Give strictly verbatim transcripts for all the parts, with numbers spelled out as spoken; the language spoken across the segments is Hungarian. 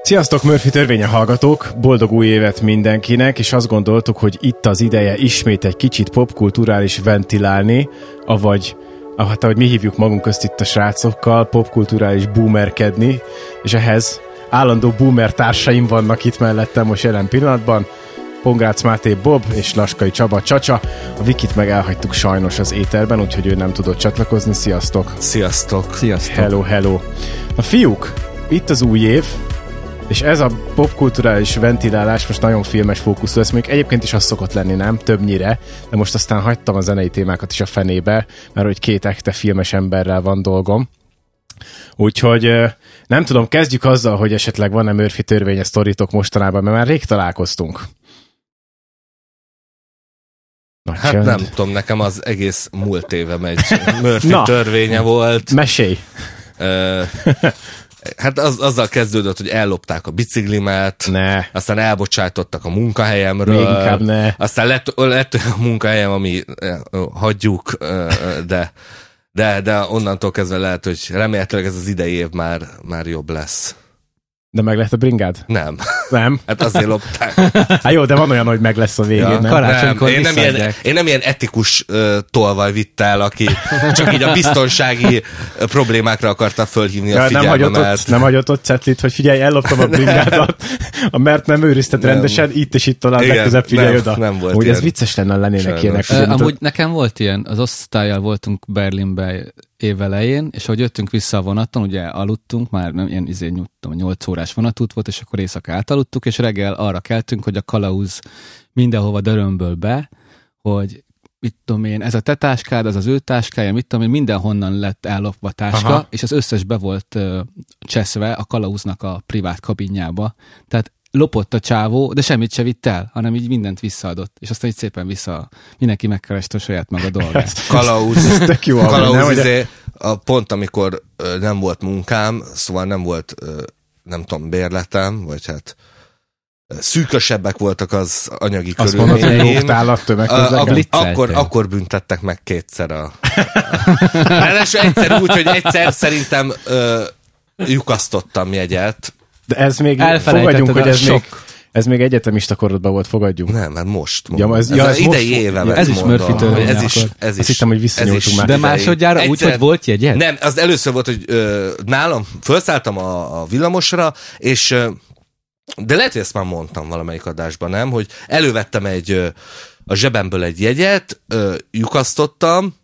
Sziasztok, Murphy törvénye hallgatók! Boldog új évet mindenkinek, és azt gondoltuk, hogy itt az ideje ismét egy kicsit popkulturális ventilálni, avagy, hát ahogy mi hívjuk magunk közt itt a srácokkal, popkulturális boomerkedni, és ehhez állandó boomer társaim vannak itt mellettem most jelen pillanatban. Pongrácz Máté Bob és Laskai Csaba Csacsa. A Vikit meg elhagytuk sajnos az éterben, úgyhogy ő nem tudott csatlakozni. Sziasztok! Sziasztok! Sziasztok! Hello, hello! Na fiúk, itt az új év, és ez a popkulturális ventilálás most nagyon filmes fókuszú lesz, még egyébként is az szokott lenni, nem? Többnyire, de most aztán hagytam a zenei témákat is a fenébe, mert hogy két ekte filmes emberrel van dolgom. Úgyhogy nem tudom, kezdjük azzal, hogy esetleg van-e Murphy törvénye sztoritok mostanában, mert már rég találkoztunk. Nagy hát csönd. Nem tudom, nekem az egész múlt évem egy Murphy Na, törvénye volt. Mesélj! Uh, hát az, azzal kezdődött, hogy ellopták a biciklimet, ne. Aztán elbocsájtottak a munkahelyemről, még inkább ne. Aztán lett, lett a munkahelyem, ami uh, hagyjuk, uh, de, de, de onnantól kezdve lehet, hogy remélhetőleg ez az idei év már, már jobb lesz. De meg lett a bringád? Nem. Nem? Hát azért lopták. Hát jó, de van olyan, hogy meg lesz a végén, ja, nem? nem én, nem ilyen, én nem ilyen etikus uh, tolvaj vitt el, aki csak így a biztonsági uh, problémákra akarta fölhívni ja, a figyelmemet. Nem hagyott, ott, nem hagyott ott cetlit, hogy figyelj, elloptam a bringádat, a mert nem őrizted nem. rendesen, itt és itt talán legközebb figyelj nem, oda. Nem volt úgy ilyen. Ez vicces lenne, lennének ilyenek. Uh, amúgy nekem volt ilyen, az osztályjal voltunk Berlinbe évelején, és ahogy jöttünk vissza a vonaton, ugye aludtunk, már nem ilyen izé nyolc órás vonatút volt, és akkor éjszaka átaludtuk, és reggel arra keltünk, hogy a kalauz mindenhova dörömböl be, hogy mit tudom én, ez a te táskád, az az ő táskája, mit tudom én, mindenhonnan lett ellopva táska, Aha. és az összes be volt uh, cseszve a kalauznak a privát kabinjába. Tehát lopott a csávó, de semmit se vitt el, hanem így mindent visszaadott, és aztán így szépen vissza, mindenki megkereste a saját maga dolgát. Kalauz, tök jó, kalauz nem, izé, a pont amikor ö, nem volt munkám, szóval nem volt, ö, nem tudom, bérletem, vagy hát ö, szűkösebbek voltak az anyagi Azt körülményeim. Azt mondod, hogy a, a, akkor, akkor büntettek meg kétszer a... Ráadásul egyszer úgy, hogy egyszer szerintem ö, lyukasztottam jegyet. De ez még, fogadjunk, hogy ez még, ez még egyetemista korodban volt, fogadjunk. Nem, mert most. Ja, ez, ez ja, az idei évem. Ja, ez is Murphy törvény. Ez is, ez Azt hittem, hogy visszanyúltunk már. De másodjára egyszer, úgy, hogy volt jegyed? Nem, az először volt, hogy ö, nálam felszálltam a, a villamosra, és ö, de lehet, hogy ezt már mondtam valamelyik adásban, nem? Hogy elővettem egy ö, a zsebemből egy jegyet, ö, lyukasztottam,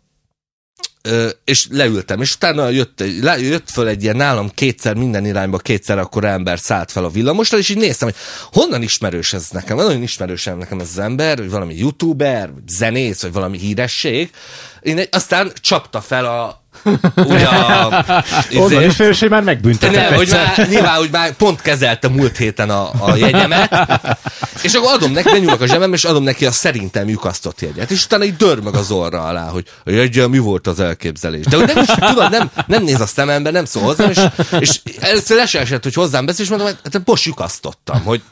Ö, és leültem, és utána jött, le, jött föl egy ilyen nálam kétszer minden irányba, kétszer akkor ember szállt fel a villamosra, és így néztem, hogy honnan ismerős ez nekem, nagyon ismerősen nekem ez az ember, hogy valami youtuber, vagy zenész, vagy valami híresség. Én egy, aztán csapta fel a ugye a... Onnan ismerős, hogy már megbüntetett. Nem, hogy már, nyilván, hogy már pont kezelte múlt héten a, a jegyemet, és akkor adom neki, benyúlok a zsebembe, és adom neki a szerintem lyukasztott jegyet. És utána így dörmög az orra alá, hogy a jegyen mi volt az elképzelés. De hogy nem is tudod, nem, nem néz a szemembe, nem szól hozzám, és, és először leselesett, hogy hozzám beszél, és mondom, hogy hát most lyukasztottam, hogy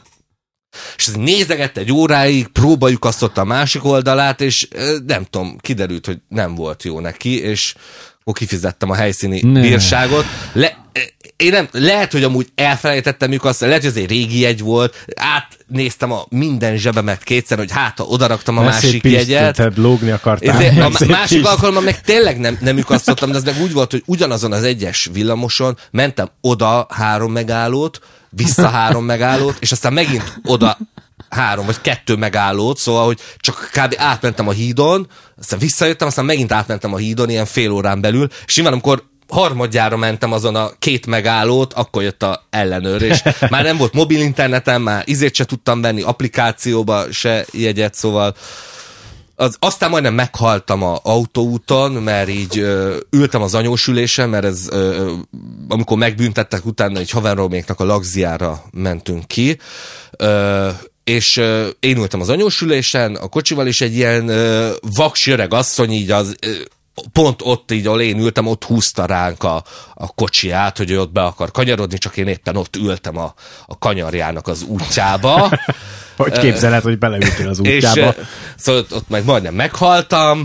és ez nézegett egy óráig, próbalyukasztotta a másik oldalát, és nem tudom, kiderült, hogy nem volt jó neki, és akkor kifizettem a helyszíni ne. bírságot. Le, én nem, lehet, hogy amúgy elfelejtettem lyukasztani, lehet, hogy ez egy régi jegy volt, átnéztem a minden zsebemet kétszer, hogy hát, ha odaraktam a Lesz másik jegyet. Tehát lógni akartál. A másik piszt. Alkalommal meg tényleg nem, nem lyukasztottam, de ez meg úgy volt, hogy ugyanazon az egyes villamoson mentem oda három megállót, vissza három megállót, és aztán megint oda három vagy kettő megállót, szóval, hogy csak kb. Átmentem a hídon, aztán visszajöttem, aztán megint átmentem a hídon, ilyen fél órán belül, és nyilván amikor harmadjára mentem azon a két megállót, akkor jött a ellenőr, és már nem volt mobil internetem, már izét se tudtam venni, applikációba se jegyet, szóval az, aztán majdnem meghaltam az autóúton, mert így ö, ültem az anyósülésen, mert ez, ö, amikor megbüntettek, utána egy haverroméknak a lagziára mentünk ki, ö, és ö, én ültem az anyósülésen, a kocsival, és egy ilyen ö, vaks öreg asszony így az... Ö, pont ott így, ahol én ültem, ott húzta ránk a, a kocsiját, hogy ő ott be akar kanyarodni, csak én éppen ott ültem a, a kanyarjának az útjába. Hogy képzeled, hogy beleültél az útjába? És, szóval ott, ott meg majdnem meghaltam.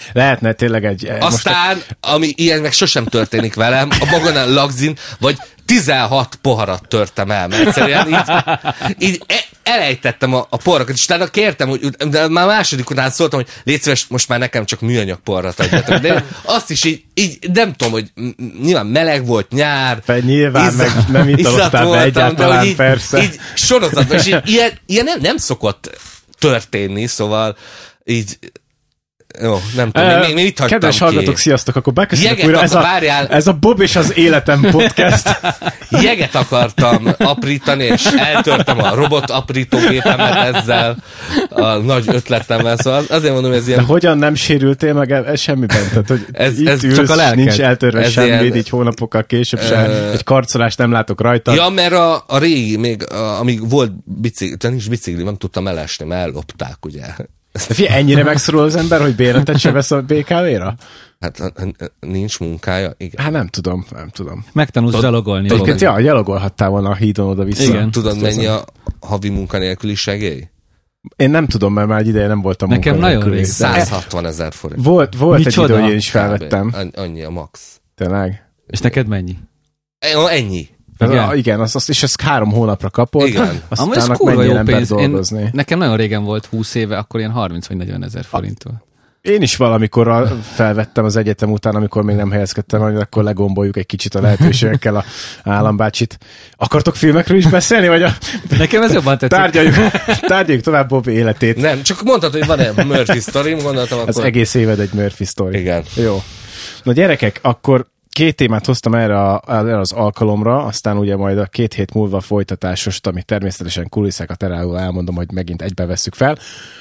Lehetne tényleg egy... Aztán, most... ami ilyen meg sosem történik velem, a magonál lagzin, vagy tizenhat poharat törtem el, mert egyszerűen így, így elejtettem a, a porrakat, és utána kértem, hogy de már második után szóltam, hogy légy szíves, most már nekem csak műanyag porrat adjatok. De azt is így, így nem tudom, hogy nyilván meleg volt, nyár. Fe, nyilván, izzat, meg nem italoztál be egyáltalán, így, persze. Így sorozatban, és így, ilyen, ilyen nem, nem szokott történni, szóval így jó, nem tudom, uh, még, még itt hagytam kedves ki. hallgatók, sziasztok, akkor beköszönjük Jeget újra. Ez a, ez a Bob és az életem podcast. Jeget akartam aprítani, és eltörtem a robot aprítógépemet ezzel a nagy ötletemmel, szóval azért mondom, ez ilyen... De hogyan nem sérültél meg ez semmiben? Tehát, hogy ez, itt ez ülsz, csak a lelked. Nincs eltörve semmit, ilyen, így hónapokkal később uh, sem, egy karcolást nem látok rajta. Ja, mert a, a régi, még a, amíg volt bicikli, tehát nincs bicikli, nem tudtam elesni, mert ellopták, ugye. De figyelj, ennyire megszorul az ember, hogy béretet se vesz a bé ká vé-ra? Hát nincs munkája, igen. Hát nem tudom, nem tudom. Megtanulsz gyalogolni. Egyébként, ja, gyalogolhattál volna a hídon oda-vissza. Igen. Tudod, mennyi a havi munkanélküli segély? Én nem tudom, mert már egy ideje nem voltam nekem nagyon rég. száz hatvan ezer forint. Volt, volt egy Micsoda? idő, hogy én is felvettem. Annyi a max. Tényleg? És neked mennyi? Ennyi. Igen, a, igen azt, azt, és ezt három hónapra kapod, igen. aztán mennyire ember dolgozni. Én, nekem nagyon régen volt húsz éve, akkor ilyen harminc vagy negyven ezer forinttól. Én is valamikor felvettem az egyetem után, amikor még nem helyezkedtem, hogy akkor legomboljuk egy kicsit a lehetőségekkel a állambácsit. Akartok filmekről is beszélni? Vagy a... Nekem ez jobban tetszik. Tárgyaljuk, tárgyaljuk tovább Bob életét. Nem, csak mondtad, hogy van-e Murphy sztorim, gondoltam akkor... Az egész éved egy Murphy sztori. Igen. Jó. Na gyerekek, akkor két témát hoztam erre, a, erre az alkalomra, aztán ugye majd a két hét múlva folytatásost, amit természetesen kulisszákat elárulva elmondom, hogy megint egybe vesszük fel.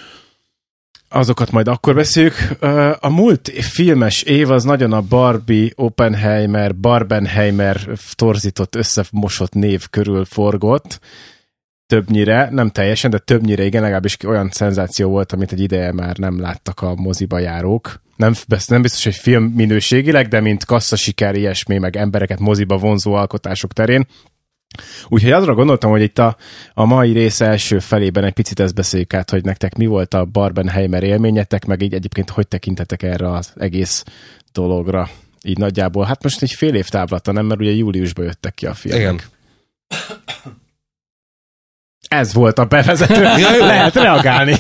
Azokat majd akkor beszéljük. A múlt filmes év az nagyon a Barbie, Oppenheimer, Barbenheimer torzított, összemosott név körül forgott. Többnyire, nem teljesen, de többnyire igen, legalábbis olyan szenzáció volt, amit egy ideje már nem láttak a moziba járók. Nem, nem biztos, hogy film minőségileg, de mint kasszasiker, ilyesmi, meg embereket moziba vonzó alkotások terén. Úgyhogy azra gondoltam, hogy itt a, a mai rész első felében egy picit ezt beszéljük át, hogy nektek mi volt a Barbenheimer élményetek, meg így egyébként hogy tekintetek erre az egész dologra. Így nagyjából. Hát most egy fél év távlata, nem? Mert ugye júliusban jöttek ki a filmek. Igen. Ez volt a bevezető. Lehet reagálni.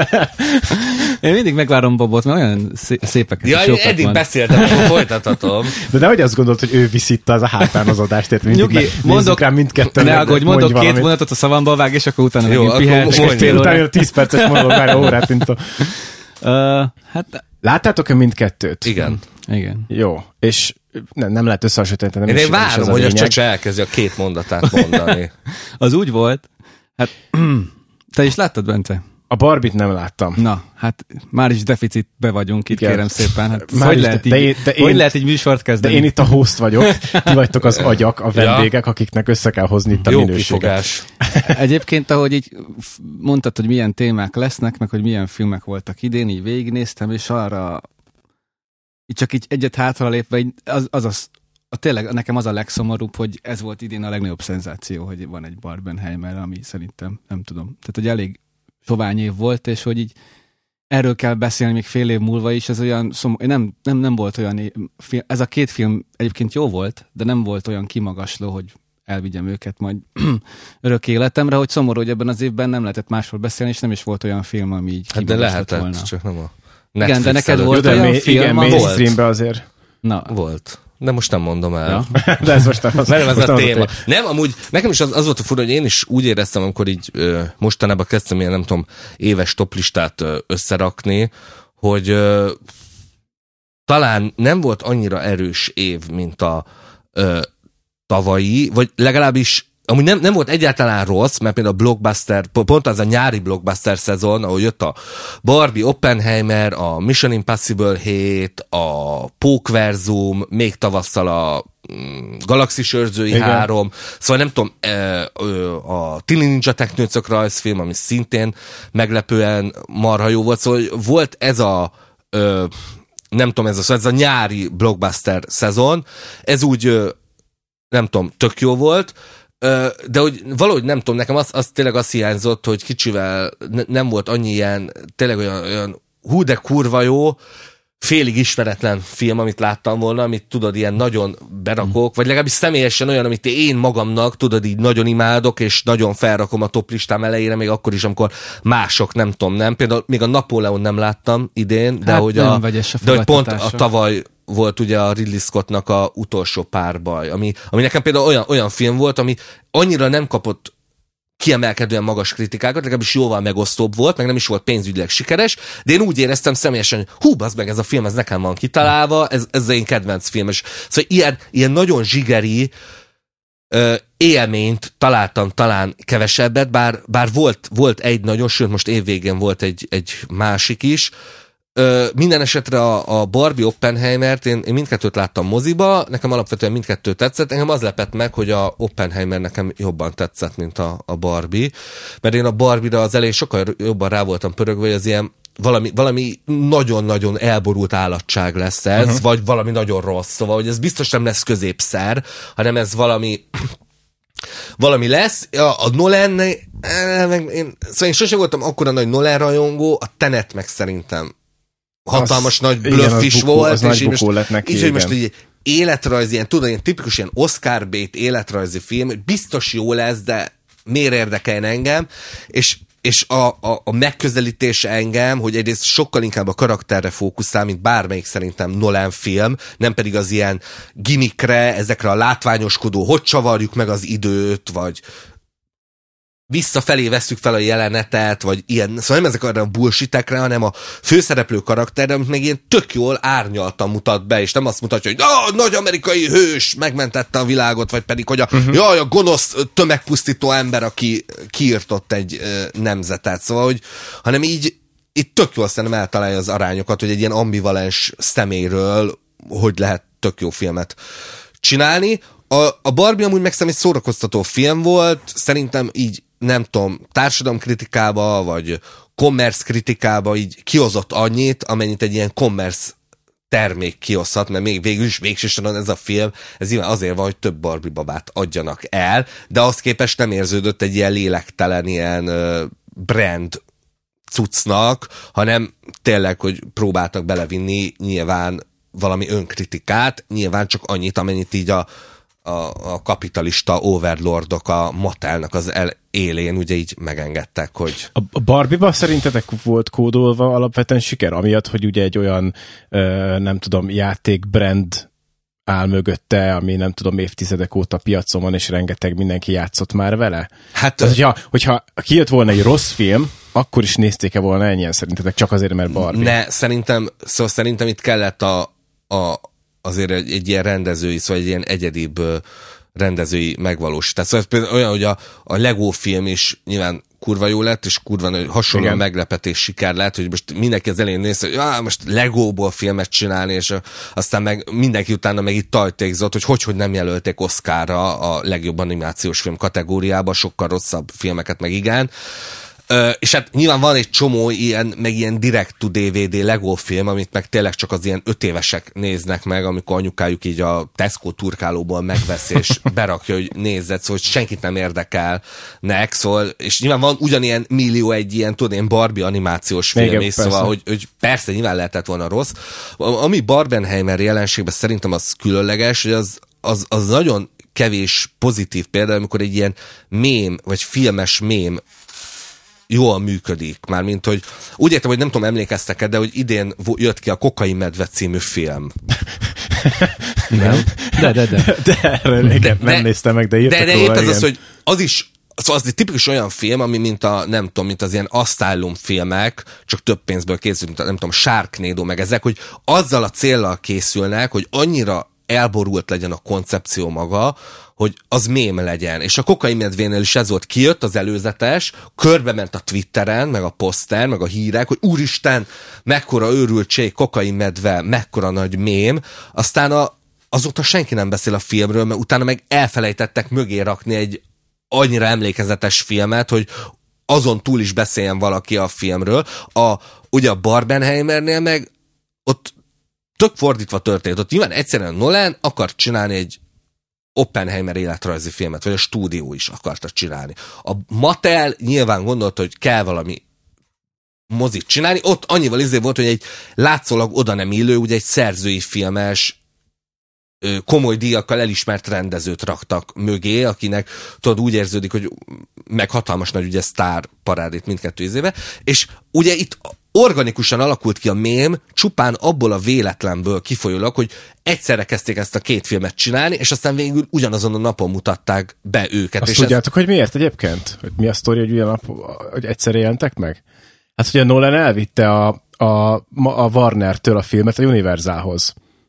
Én mindig megvárom Bobot, mert olyan szépeket ja, és jókat eddig van. beszéltem, akkor folytathatom. De nehogy azt gondolt, hogy ő visz itt az a hátán az adást, érted? Nyugi, mondok rá mindketten. Ne aggódj, mondok két valamit. Mondatot a szavamba vág, és akkor utána jó, megint pihentek egy fél órát. Utána tíz perces mondok már órát, mint a... Uh, hát... Láttátok-e mindkettőt? Igen. Igen. Jó, és nem, nem lehet összehasonlítani. Én, is, én várom, a hogy a lényeg. csacsa elkezdi a két mondatát mondani. Az úgy volt, hát te is láttad, Bence? A Barbie-t nem láttam. Na, hát már is deficitbe vagyunk itt, igen. Kérem szépen. Hát már hogy is, lehet, de, így, én, de hogy én, lehet így műsort kezdeni? De én itt a host vagyok, ti vagytok az agyak, a vendégek, akiknek össze kell hozni itt a jó minőséget. kifogás. Egyébként, ahogy így mondtad, hogy milyen témák lesznek, meg hogy milyen filmek voltak idén, így végignéztem, és arra így csak így egyet hátra lépve, így az, az az a, tényleg nekem az a legszomorúbb, hogy ez volt idén a legnagyobb szenzáció, hogy van egy Barbenheimer, ami szerintem, nem tudom, tehát hogy elég sovány év volt, és hogy így erről kell beszélni még fél év múlva is, ez olyan szomorú, nem, nem, nem volt olyan, év, ez a két film egyébként jó volt, de nem volt olyan kimagasló, hogy elvigyem őket majd örök életemre, hogy szomorú, hogy ebben az évben nem lehetett másról beszélni, és nem is volt olyan film, ami így hát de lehetett, volna. Csak nem a igen, de neked volt de olyan mi, film, igen, mainstreambe azért. Na. Volt. De most nem mondom el. Ja. De ez most nem az, nem ez most a nem téma. A nem, amúgy nekem is az, az volt a fura, hogy én is úgy éreztem, amikor így ö, mostanában kezdtem ilyen, nem tudom, éves toplistát ö, összerakni, hogy ö, talán nem volt annyira erős év, mint a ö, tavalyi, vagy legalábbis amúgy nem, nem volt egyáltalán rossz, mert például a blockbuster, pont az a nyári blockbuster szezon, ahol jött a Barbie, Oppenheimer, a Mission Impossible hét, a Pókverzum, még tavasszal a Galaxis őrzői három, szóval nem tudom, a Tini Ninja Teknőcök rajzfilm, ami szintén meglepően marha jó volt, szóval volt ez a nem tudom, ez a, ez a nyári blockbuster szezon, ez úgy nem tudom, tök jó volt, de hogy valahogy nem tudom, nekem az, az tényleg azt hiányzott, hogy kicsivel ne, nem volt annyi ilyen, tényleg olyan, olyan hú de kurva jó félig ismeretlen film, amit láttam volna, amit tudod, ilyen nagyon berakok, mm. vagy legalábbis személyesen olyan, amit én magamnak, tudod, így nagyon imádok, és nagyon felrakom a top listám elejére, még akkor is, amikor mások, nem tudom, nem. Például még a Napóleon nem láttam idén, de, hát hogy, a, a, a de hogy pont a tavaly volt ugye a Ridley Scottnak a Utolsó párbaj, ami, ami nekem például olyan, olyan film volt, ami annyira nem kapott kiemelkedően magas kritikákat, legalábbis jóval megosztóbb volt, meg nem is volt pénzügyileg sikeres, de én úgy éreztem személyesen, hogy hú, bazd meg, ez a film, ez nekem van kitalálva, ez, ez az én kedvenc film. És szóval ilyen, ilyen nagyon zsigeri ö, élményt találtam talán kevesebbet, bár, bár volt, volt egy nagyon, sőt most évvégén volt egy, egy másik is. Ö, minden esetre a, a Barbie Oppenheimert, én, én mindkettőt láttam moziba, nekem alapvetően mindkettő tetszett, engem az lepett meg, hogy a Oppenheimer nekem jobban tetszett, mint a, a Barbie, mert én a Barbie-ra az elején sokkal jobban rá voltam pörögve, hogy az ilyen valami, valami nagyon-nagyon elborult állatság lesz ez, uh-huh. vagy valami nagyon rossz, szóval, hogy ez biztos nem lesz középszer, hanem ez valami valami lesz. A, a Nolan, én, szóval én sosem voltam akkora nagy Nolan rajongó, a Tenet meg szerintem hatalmas az, nagy bluff is bukó, volt, és így most, neki, így, hogy most így életrajzi, ilyen, tudod, ilyen tipikus ilyen Oscar bait életrajzi film, biztos jó lesz, de miért érdekeljen engem, és, és a, a, a megközelítése engem, hogy egyrészt sokkal inkább a karakterre fókuszál, mint bármelyik szerintem Nolan film, nem pedig az ilyen gimmickre, ezekre a látványoskodó, hogy csavarjuk meg az időt, vagy visszafelé vesszük fel a jelenetet, vagy ilyen, szóval nem ezek a bullshitekre, hanem a főszereplő karakterre, amit meg ilyen tök jól árnyaltan mutat be, és nem azt mutatja, hogy a nagy amerikai hős megmentette a világot, vagy pedig, hogy a, uh-huh. jaj, a gonosz tömegpusztító ember, aki kiirtott egy uh, nemzetet, szóval, hogy, hanem így, így tök jól szerintem eltalálja az arányokat, hogy egy ilyen ambivalens személyről hogy lehet tök jó filmet csinálni. A, a Barbie amúgy meg szerintem egy szórakoztató film volt, szerintem így nem tudom, társadalomkritikába, vagy commerce kritikába így kihozott annyit, amennyit egy ilyen commerce termék kihozhat, mert még végül is végsősorban ez a film, ez nyilván azért van, hogy több Barbie babát adjanak el, de azt képest nem érződött egy ilyen lélektelen, ilyen uh, brand cuccnak, hanem tényleg, hogy próbáltak belevinni nyilván valami önkritikát, nyilván csak annyit, amennyit így a A, a kapitalista overlordok a Mattelnak az el, élén ugye így megengedtek, hogy... A Barbie-ba szerintetek volt kódolva alapvetően siker, amiatt, hogy ugye egy olyan, ö, nem tudom, játékbrand áll mögötte, ami nem tudom, évtizedek óta piacon van, és rengeteg mindenki játszott már vele? Hát... Tehát, hogyha, hogyha kijött volna egy rossz film, akkor is nézték-e volna ennyien szerintetek, csak azért, mert Barbie? Ne, szerintem, szóval szerintem itt kellett a, a azért egy, egy ilyen rendezői, szóval egy ilyen egyedibb rendezői megvalósítás. Szóval például olyan, hogy a, a Lego film is nyilván kurva jó lett, és kurva hasonló igen. meglepetés siker lett, hogy most mindenki az elején néz, hogy ah, most Legóból filmet csinálni, és aztán meg mindenki utána meg itt tajtékzott, hogy hogy, hogy nem jelölték Oscarra a legjobb animációs film kategóriába, sokkal rosszabb filmeket meg igen. Ö, és hát nyilván van egy csomó ilyen, meg ilyen direct-to-dé vé dé Lego film, amit meg tényleg csak az ilyen öt évesek néznek meg, amikor anyukájuk így a Tesco turkálóból megvesz, és berakja, hogy nézzed, szóval hogy senkit nem érdekelnek, szóval, és nyilván van ugyanilyen millió egy ilyen, tudod, ilyen Barbie animációs film, igen, és szóval, hogy, hogy persze nyilván lehetett volna rossz. Ami Barbenheimer jelenségben szerintem az különleges, hogy az, az, az nagyon kevés pozitív példa, amikor egy ilyen mém, vagy filmes mém jól működik. Mármint, hogy úgy értem, hogy nem tudom, emlékeztek-e, de hogy idén jött ki a Kokain medve című film. Nem? De, de, de. De, de, de nem néztem meg, de írtak de, de róla, épp ez igen. az, hogy az is, szóval az egy tipikus olyan film, ami mint a, nem tudom, mint az ilyen Asylum filmek, csak több pénzből készül, mint a, nem tudom, Sharknado, meg ezek, hogy azzal a céllal készülnek, hogy annyira elborult legyen a koncepció maga, hogy az mém legyen. És a Kokain medvénél is ez volt, kijött az előzetes, körbe ment a Twitteren, meg a poszter, meg a hírek, hogy úristen, mekkora őrültség, Kokain medve, mekkora nagy mém, aztán a, azóta senki nem beszél a filmről, mert utána meg elfelejtettek mögé rakni egy annyira emlékezetes filmet, hogy azon túl is beszéljen valaki a filmről. A, ugye a Barbenheimernél meg ott tök fordítva történt. Ott nyilván egyszerűen Nolan akart csinálni egy Oppenheimer életrajzi filmet, vagy a stúdió is akarta csinálni. A Mattel nyilván gondolta, hogy kell valami mozit csinálni. Ott annyival izé volt, hogy egy látszólag oda nem illő, ugye egy szerzői filmes komoly díjakkal elismert rendezőt raktak mögé, akinek tudod úgy érződik, hogy meg hatalmas nagy ugye sztár parádét mindkettő izéve, és ugye itt organikusan alakult ki a mém, csupán abból a véletlenből kifolyólag, hogy egyszerre kezdték ezt a két filmet csinálni, és aztán végül ugyanazon a napon mutatták be őket. Azt és tudjátok, ez... hogy miért egyébként? Hogy mi a sztori, hogy ugyanap, hogy egyszerre jelentek meg? Hát, hogy a Nolan elvitte a, a, a Warner-től a filmet a Universalhoz.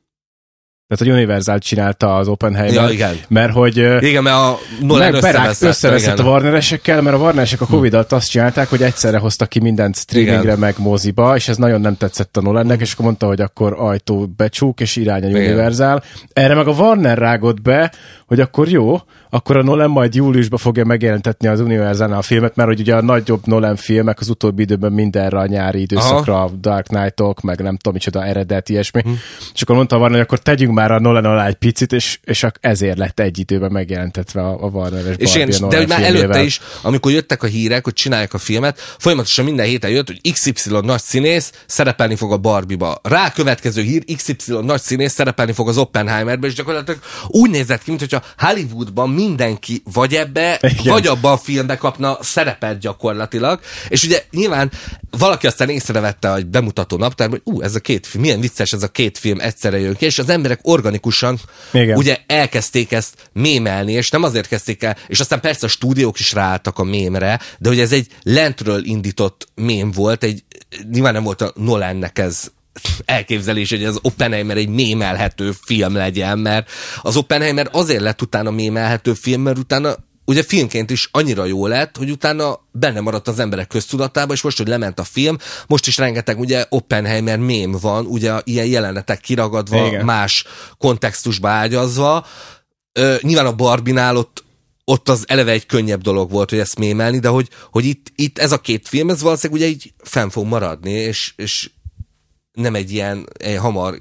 Tehát a Universal csinálta az Oppenheimer, ja, igen. mert hogy igen, mert a Nolan összeveszett a Warneresekkel, mert a Warneresek a Covid alatt azt csinálták, hogy egyszerre hoztak ki mindent streamingre, igen. meg moziba, és ez nagyon nem tetszett a Nolannek, és akkor mondta, hogy akkor ajtó becsúk, és irány a Universal. Igen. Erre meg a Warner rágott be, hogy akkor jó, akkor a Nolan majd júliusban fogja megjelentetni az Universalnál a filmet, mert hogy ugye a nagyobb Nolan filmek az utóbbi időben mindenre a nyári időszakra, aha. Dark Knight-ok, meg nem tudom micsoda, eredet, ilyesmi. Uh-huh. És akkor mondta a Warner, hogy akkor tegyünk már a Nolan alá egy picit, és, és ezért lett egy időben megjelentetve a, a Warner-es és Barbie én, a de hogy már filmével. előtte is, amikor jöttek a hírek, hogy csinálják a filmet, folyamatosan minden héten jött, hogy iksz ipszilon nagy színész szerepelni fog a Barbie-ba. Rá következő hír, iksz ipszilon nagy színész szerepelni fog az Oppenheimerbe, és gyakorlatilag úgy nézett ki, mintha Hollywoodban mindenki vagy ebbe, igen. vagy abban a filmbe kapna szerepet gyakorlatilag. És ugye nyilván valaki aztán észrevette a bemutató naptárban, hogy ú, ez a két film, milyen vicces ez a két film egyszerre jön ki, és az emberek organikusan igen. ugye elkezdték ezt mémelni, és nem azért kezdték el, és aztán persze a stúdiók is ráálltak a mémre, de hogy ez egy lentről indított mém volt, egy, nyilván nem volt a Nolannek ez elképzelés, hogy az Oppenheimer egy mémelhető film legyen, mert az Oppenheimer azért lett utána mémelhető film, mert utána ugye filmként is annyira jó lett, hogy utána benne maradt az emberek köztudatába, és most, hogy lement a film, most is rengeteg ugye Oppenheimer mém van, ugye ilyen jelenetek kiragadva, igen. más kontextusba ágyazva. Ö, nyilván a Barbie-nál ott ott az eleve egy könnyebb dolog volt, hogy ezt mémelni, de hogy, hogy itt, itt ez a két film, ez valószínűleg ugye így fenn fog maradni, és, és nem egy ilyen egy hamar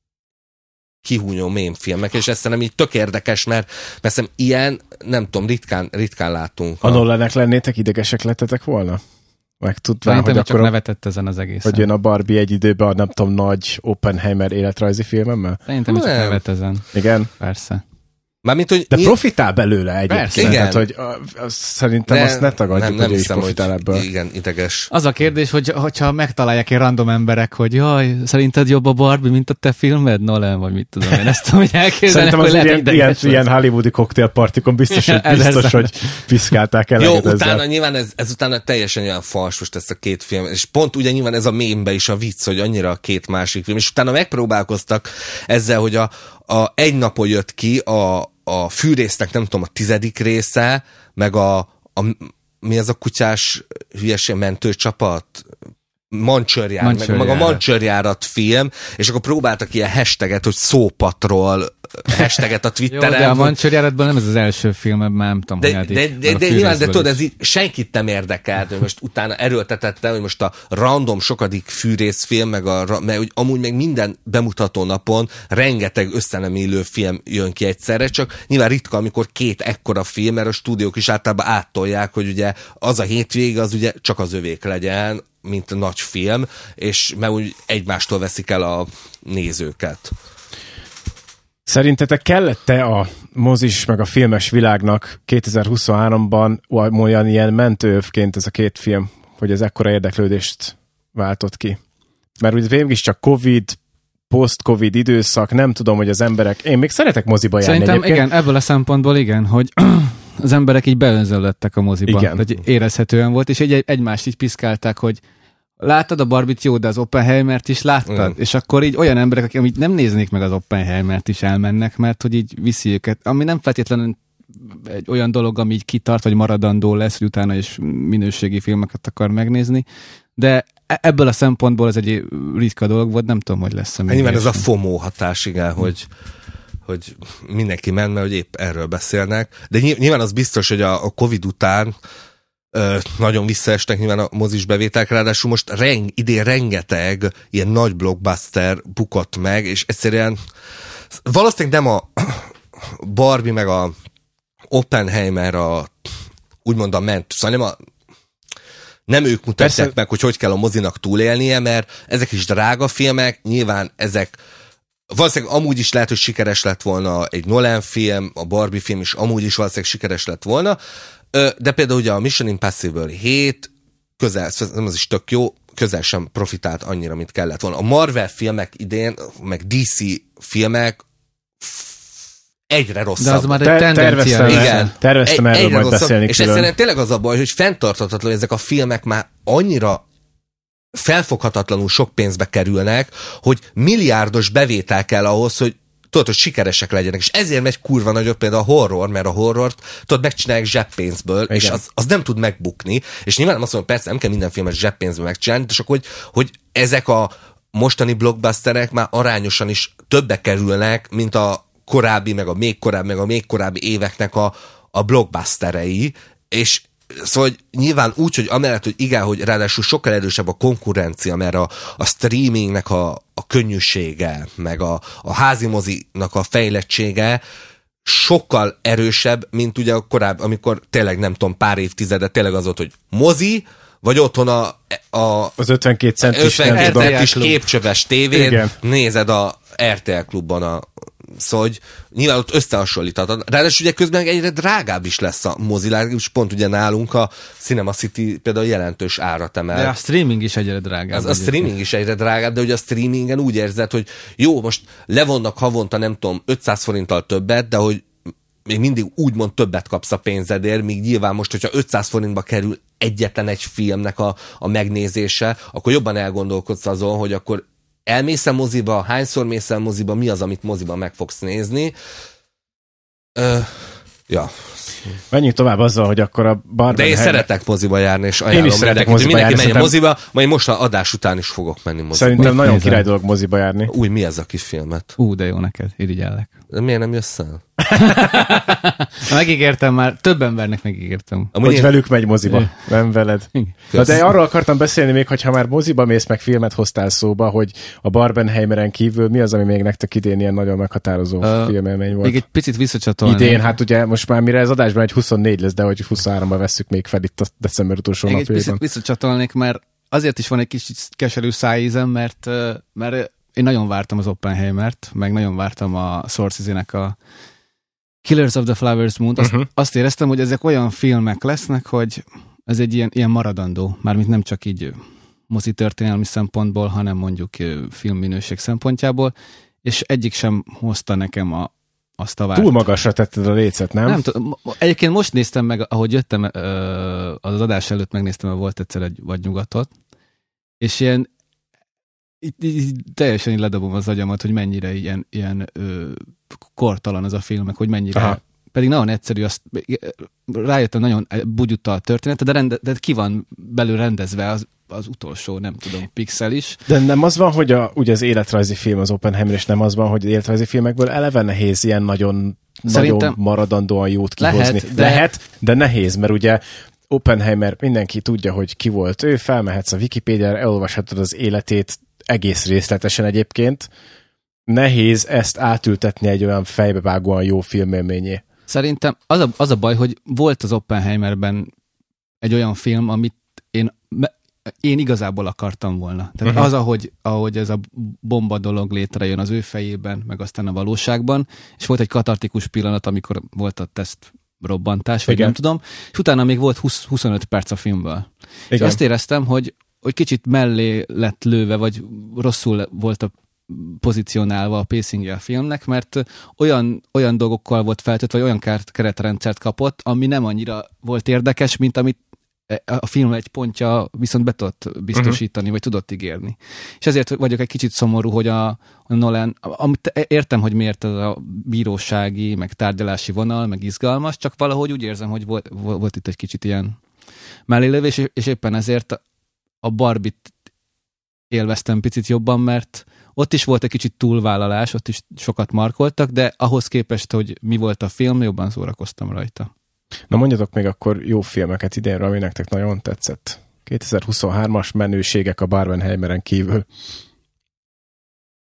kihúnyó mémfilmek, és ezt nem így tök érdekes, mert persze ilyen, nem tudom, ritkán, ritkán látunk. A Nolanek lennétek, idegesek lettetek volna? Meg tudván, hogy akkor csak a, nevetett ezen az egészen. Hogy jön a Barbie egy időben a nem tudom, nagy Oppenheimer életrajzi filmemmel? Szerintem csak nevet ezen. Igen? Persze. Mármint, hogy de profitál belőle egyébként. Igen. Tehát, hogy a, a, szerintem de azt ne tagadjuk, nem, nem hogy ő is profitál hogy ebből. Igen, ideges. Az a kérdés, hogy hogyha megtalálják egy random emberek, hogy jaj, szerinted jobb a Barbie, mint a te filmed? Nolan, vagy mit tudom én, ezt tudom, hogy elképzelni. Szerintem az ilyen, ilyen, ilyen hollywoodi cocktailpartikon biztos, hogy biztos, hogy piszkálták el. Jó, utána ezzel. Nyilván ez, ez utána teljesen olyan fals most ezt a két film, és pont ugye nyilván ez a mémbe is a vicc, hogy annyira a két másik film, és utána megpróbálkoztak ezzel, hogy a, a egy napon jött ki a a fűrésznek, nem tudom, a tizedik része, meg a, a mi az a kutyás hülyeség mentőcsapat? Mancsőrjárat, meg, meg a Mancsőrjárat film, és akkor próbáltak ilyen hashtaget, hogy szópatról hashtaget a Twitteren. Jó, de a Mancsőrjáratban nem ez az első film, mert nem tudom, de, hogy de, de, de nyilván, de tudod, ez így senkit nem érdekelt, hogy most utána erőltetette, hogy most a random sokadik fűrészfilm, meg a, mert hogy amúgy meg minden bemutató napon rengeteg összenemillő film jön ki egyszerre, csak nyilván ritka, amikor két ekkora film, mert a stúdiók is általában áttolják, hogy ugye az a hétvége, az ugye csak az övék legyen, mint a nagy film, és mert úgy egymástól veszik el a nézőket. Szerintetek kellett-e a mozis meg a filmes világnak kétezer-huszonháromban olyan ilyen mentőövként ez a két film, hogy ez ekkora érdeklődést váltott ki? Mert ugye végig is csak Covid, post-Covid időszak, nem tudom, hogy az emberek... Én még szeretek moziba járni Szerintem egyébként. Igen, ebből a szempontból igen, hogy az emberek így beönzöldöttek a moziba. Igen. Hogy érezhetően volt, és egy, egymást így piszkálták, hogy láttad a Barbie-t, jó, de az Oppenheimert is láttad? Igen. És akkor így olyan emberek, akik amíg nem néznék meg az Oppenheimert is elmennek, mert hogy így viszi őket, ami nem feltétlenül egy olyan dolog, ami így kitart, vagy maradandó lesz, hogy utána is minőségi filmeket akar megnézni, de ebből a szempontból ez egy ritka dolog volt, nem tudom, hogy lesz. Nyilván ez a FOMO hatás, igen, hogy hogy mindenki ment, mert hogy épp erről beszélnek. De nyilván az biztos, hogy a, a Covid után ö, nagyon visszaestek nyilván a mozis bevételek, ráadásul most reng, idén rengeteg ilyen nagy blockbuster bukott meg, és egyszerűen valószínűleg nem a Barbie meg a Oppenheimer a úgymond a ment, szóval nem a nem ők mutatják Persze. meg, hogy hogy kell a mozinak túlélnie, mert ezek is drága filmek, nyilván ezek valószínűleg amúgy is lehet, hogy sikeres lett volna egy Nolan film, a Barbie film is amúgy is valószínűleg sikeres lett volna, de például ugye a Mission Impossible hét közel, nem az is tök jó, közel sem profitált annyira, mint kellett volna. A Marvel filmek idén, meg dé cé filmek egyre rosszabb. De az már egy Te- tendencia. terveztem, Igen. terveztem Egy- erről egyre majd rosszabb, beszélni és külön. egyszerűen tényleg az a baj, hogy fenntarthatatlan, hogy ezek a filmek már annyira felfoghatatlanul sok pénzbe kerülnek, hogy milliárdos bevétel kell ahhoz, hogy tudod, hogy sikeresek legyenek. És ezért megy kurva nagyobb például a horror, mert a horrort tudod, megcsinálják zseppénzből, igen. És az, az nem tud megbukni. És nyilván nem azt mondom, persze nem kell minden filmet zseppénzből megcsinálni, és akkor, hogy, hogy ezek a mostani blockbusterek már arányosan is többe kerülnek, mint a korábbi, meg a még korábbi, meg a még korábbi éveknek a, a blockbusterei, és szóval hogy nyilván úgy, hogy amellett, hogy igen, hogy ráadásul sokkal erősebb a konkurencia, mert a, a streamingnek a, a könnyűsége, meg a, a házimozinak a fejlettsége sokkal erősebb, mint ugye a korábbi, amikor tényleg nem tudom, pár évtizedet tényleg az volt, hogy mozi, vagy otthon a, a az ötvenkét centis, ötvenkét nem tudom. centis képcsöves tévén Igen. nézed a er té el klubban a szóval, hogy nyilván ott összehasonlíthatod. Ráadásul ugye közben egyre drágább is lesz a mozilág, és pont ugye nálunk a Cinema City például jelentős árat emel. De a streaming is egyre drágább. Az, a streaming is egyre drágább, de ugye a streamingen úgy érzed, hogy jó, most levonnak havonta, nem tudom, ötszáz forinttal többet, de hogy még mindig úgymond többet kapsz a pénzedért, míg nyilván most, hogyha ötszáz forintba kerül egyetlen egy filmnek a, a megnézése, akkor jobban elgondolkodsz azon, hogy akkor elmész a moziba, hányszor mész el moziba, mi az, amit moziban meg fogsz nézni. Ö, ja. Menjünk tovább azzal, hogy akkor a Barbenheimer... De én szeretek moziba járni, és ajánlom Én is szeretek mindenki, hogy moziba mindenki járni, menjen szerintem- moziba, majd most a adás után is fogok menni moziba. Szerintem Mit nagyon nézel? király dolog moziba járni. Új, mi ez a kis filmet? Ú, de jó neked, irigyellek. De miért nem jössz el? Megígértem már, több embernek megígértem. Amúgy Hogy én- velük megy moziba, nem veled. Igen. Na de arról akartam beszélni még, hogyha már moziba mész, meg filmet hoztál szóba, hogy a Barbenheimeren kívül mi az, ami még nektek idén ilyen nagyon meghatározó Ö, filmélmény volt? Még egy picit visszacsatolni. Idén, hát ugye most már mire ez adásban egy huszonnégy lesz, de hogy huszonháromban vesszük még fel itt a december utolsó Még egy picit napjaiban. visszacsatolnék, mert azért is van egy kicsit keserű szájízem, mert, ö, mert én nagyon vártam az Oppenheimert, meg nagyon vártam a Scorsese-nek a Killers of the Flowers Moon. Azt, Uh-huh. azt éreztem, hogy ezek olyan filmek lesznek, hogy ez egy ilyen, ilyen maradandó, mármint nem csak így ö, mozi történelmi szempontból, hanem mondjuk ö, filmminőség szempontjából, és egyik sem hozta nekem a, azt a várt. Túl magasra tetted a lécet, nem? Nem tudom. Egyébként most néztem meg, ahogy jöttem ö, az adás előtt megnéztem, mert volt egyszer egy vagy nyugatot, és ilyen így, így, teljesen így ledobom az agyamat, hogy mennyire ilyen, ilyen ö, kortalan ez a film, meg hogy mennyire. Aha. Pedig nagyon egyszerű, azt rájöttem, nagyon bugyutta a történet, de, rende, de ki van belül rendezve az, az utolsó, nem tudom, pixel is. De nem az van, hogy a, ugye az életrajzi film az Oppenheimer, és nem az van, hogy az életrajzi filmekből eleve nehéz ilyen nagyon, Szerintem nagyon maradandóan jót kihozni. lehet, de- lehet, de nehéz, mert ugye Oppenheimer, mindenki tudja, hogy ki volt ő, felmehetsz a Wikipédiára, elolvashatod az életét egész részletesen egyébként. Nehéz ezt átültetni egy olyan fejbevágóan jó filmélményé. Szerintem az a, az a baj, hogy volt az Oppenheimerben egy olyan film, amit én, én igazából akartam volna. Tehát Uh-huh. az, ahogy, ahogy ez a bomba dolog létrejön az ő fejében, meg aztán a valóságban, és volt egy katartikus pillanat, amikor volt a teszt robbantás, vagy Igen. nem tudom, és utána még volt húsz, huszonöt perc a filmből. Igen. És Igen. azt éreztem, hogy, hogy kicsit mellé lett lőve, vagy rosszul volt a pozícionálva a pacingje a filmnek, mert olyan, olyan dolgokkal volt feltöltve, vagy olyan kert- keretrendszert kapott, ami nem annyira volt érdekes, mint amit a film egy pontja viszont be tudott biztosítani, uh-huh. vagy tudott ígérni. És ezért vagyok egy kicsit szomorú, hogy a, a Nolan, amit értem, hogy miért ez a bírósági, meg tárgyalási vonal, meg izgalmas, csak valahogy úgy érzem, hogy volt, volt itt egy kicsit ilyen mellélövés, és éppen ezért a Barbie-t élveztem picit jobban, mert ott is volt egy kicsit túlvállalás, ott is sokat markoltak, de ahhoz képest, hogy mi volt a film, jobban szórakoztam rajta. Na mondjatok még akkor jó filmeket idénre, ami nektek nagyon tetszett. kétezer-huszonhármas menőségek a Barbenheimeren kívül.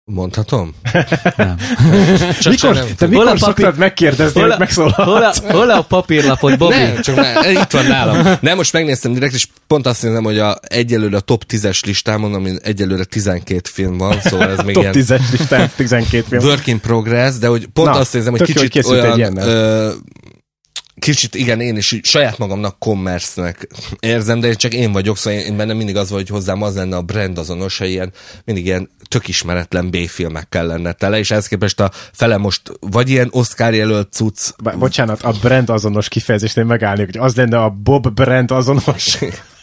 Mondhatom? Nem. Csak mikor, nem. Te mikor szoktad papír... megkérdezni, hogy megszólalhatsz? Hol, hol a papírlapot, Bobby? Nem, csak már itt van nálam. Nem, most megnéztem direkt, és pont azt nézem, hogy a, egyelőre a top tízes listámon, amin egyelőre tizenkét film van, szóval ez még top ilyen... top tízes listán tizenkét film. Work in progress, de hogy pont Na, azt nézem, hogy kicsit jó, olyan... Ö, kicsit, igen, én is saját magamnak commerce-nek érzem, de csak én vagyok, szóval én bennem mindig az, hogy hozzám az lenne a brand azonos, hogy ilyen, mindig ilyen tök ismeretlen B-filmekkel lenne tele, és ehhez képest a fele most vagy ilyen Oscar jelölt cucc... Bocsánat, a brand azonos kifejezésnél megállnék, hogy az lenne a Bob brand azonos...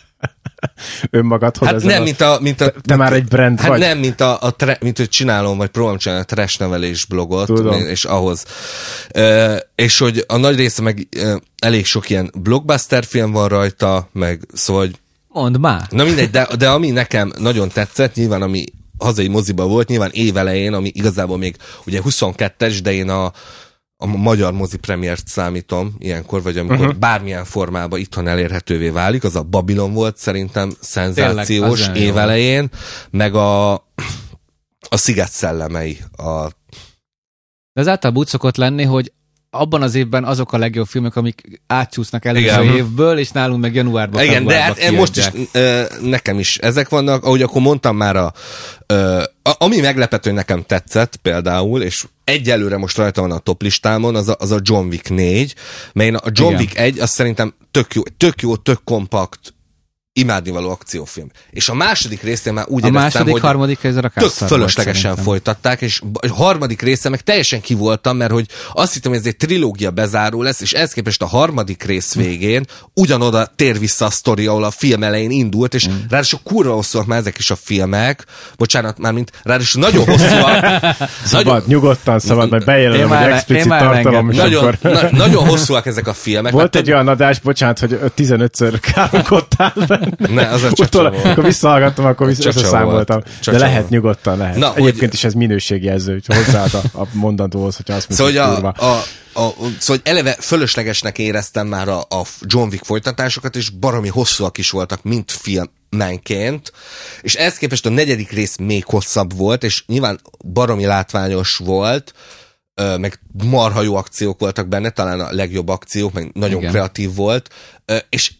önmagadhoz. Hát nem, a... mint a... Mint a te, te már egy brand hát vagy. nem, mint, a, a tre, mint hogy csinálom, vagy próbálom csinálni a trash nevelés blogot, Tudom. És ahhoz. Uh, és hogy a nagy része meg uh, elég sok ilyen blockbuster film van rajta, meg szóval, hogy... Mondd már. Na mindegy, de, de ami nekem nagyon tetszett, nyilván ami hazai moziba volt, nyilván évelején, ami igazából még ugye huszonkettes, de én a a magyar mozi premiért számítom ilyenkor, vagy amikor uh-huh. bármilyen formában itthon elérhetővé válik, az a Babylon volt szerintem szenzációs évelején, meg a, a Sziget szellemei. A... De az általában úgy szokott lenni, hogy abban az évben azok a legjobb filmek, amik átcsúsznak előző évből, és nálunk meg januárban. Igen, de hát kiadják. Most is ö, nekem is ezek vannak, ahogy akkor mondtam már, a, ö, a, ami meglepető nekem tetszett például, és egyelőre most rajta van a top listámon, az a, az a John Wick négy, mert a John Igen. Wick egy, az szerintem tök jó, tök jó, tök kompakt, imádnivaló akciófilm. És a második részén már úgy a éreztem, második, hogy harmadik tök fölöslegesen folytatták, és a harmadik része meg teljesen kivoltam, mert hogy azt hittem, hogy ez egy trilógia bezáró lesz, és ehhez képest a harmadik rész végén ugyanoda tér vissza a sztori, ahol a film elején indult, és mm. ráadásul kurva hosszúak már ezek is a filmek, bocsánat, már mint ráadásul nagyon hosszúak. Szabad, nagyon, nyugodtan szabad, mert bejelölöm, hogy explicit tartalom. Nagyon, na, nagyon hosszúak ezek a filmek. Volt egy olyan adás, bocsánat, hogy tizenötször káromkodtál be. Ne, az a Utol, akkor visszahallgattam, akkor visszaszámoltam. De lehet, nyugodtan lehet. Na, egyébként hogy... is ez minőségjelző, hogy hozzáad a, a mondandóhoz, hogyha azt mondjuk, szóval, hogy a, a, a, szóval eleve fölöslegesnek éreztem már a, a John Wick folytatásokat, és baromi hosszúak is voltak, mint filmenként, és ehhez képest a negyedik rész még hosszabb volt, és nyilván baromi látványos volt, meg marha jó akciók voltak benne, talán a legjobb akciók, meg nagyon Igen. kreatív volt, és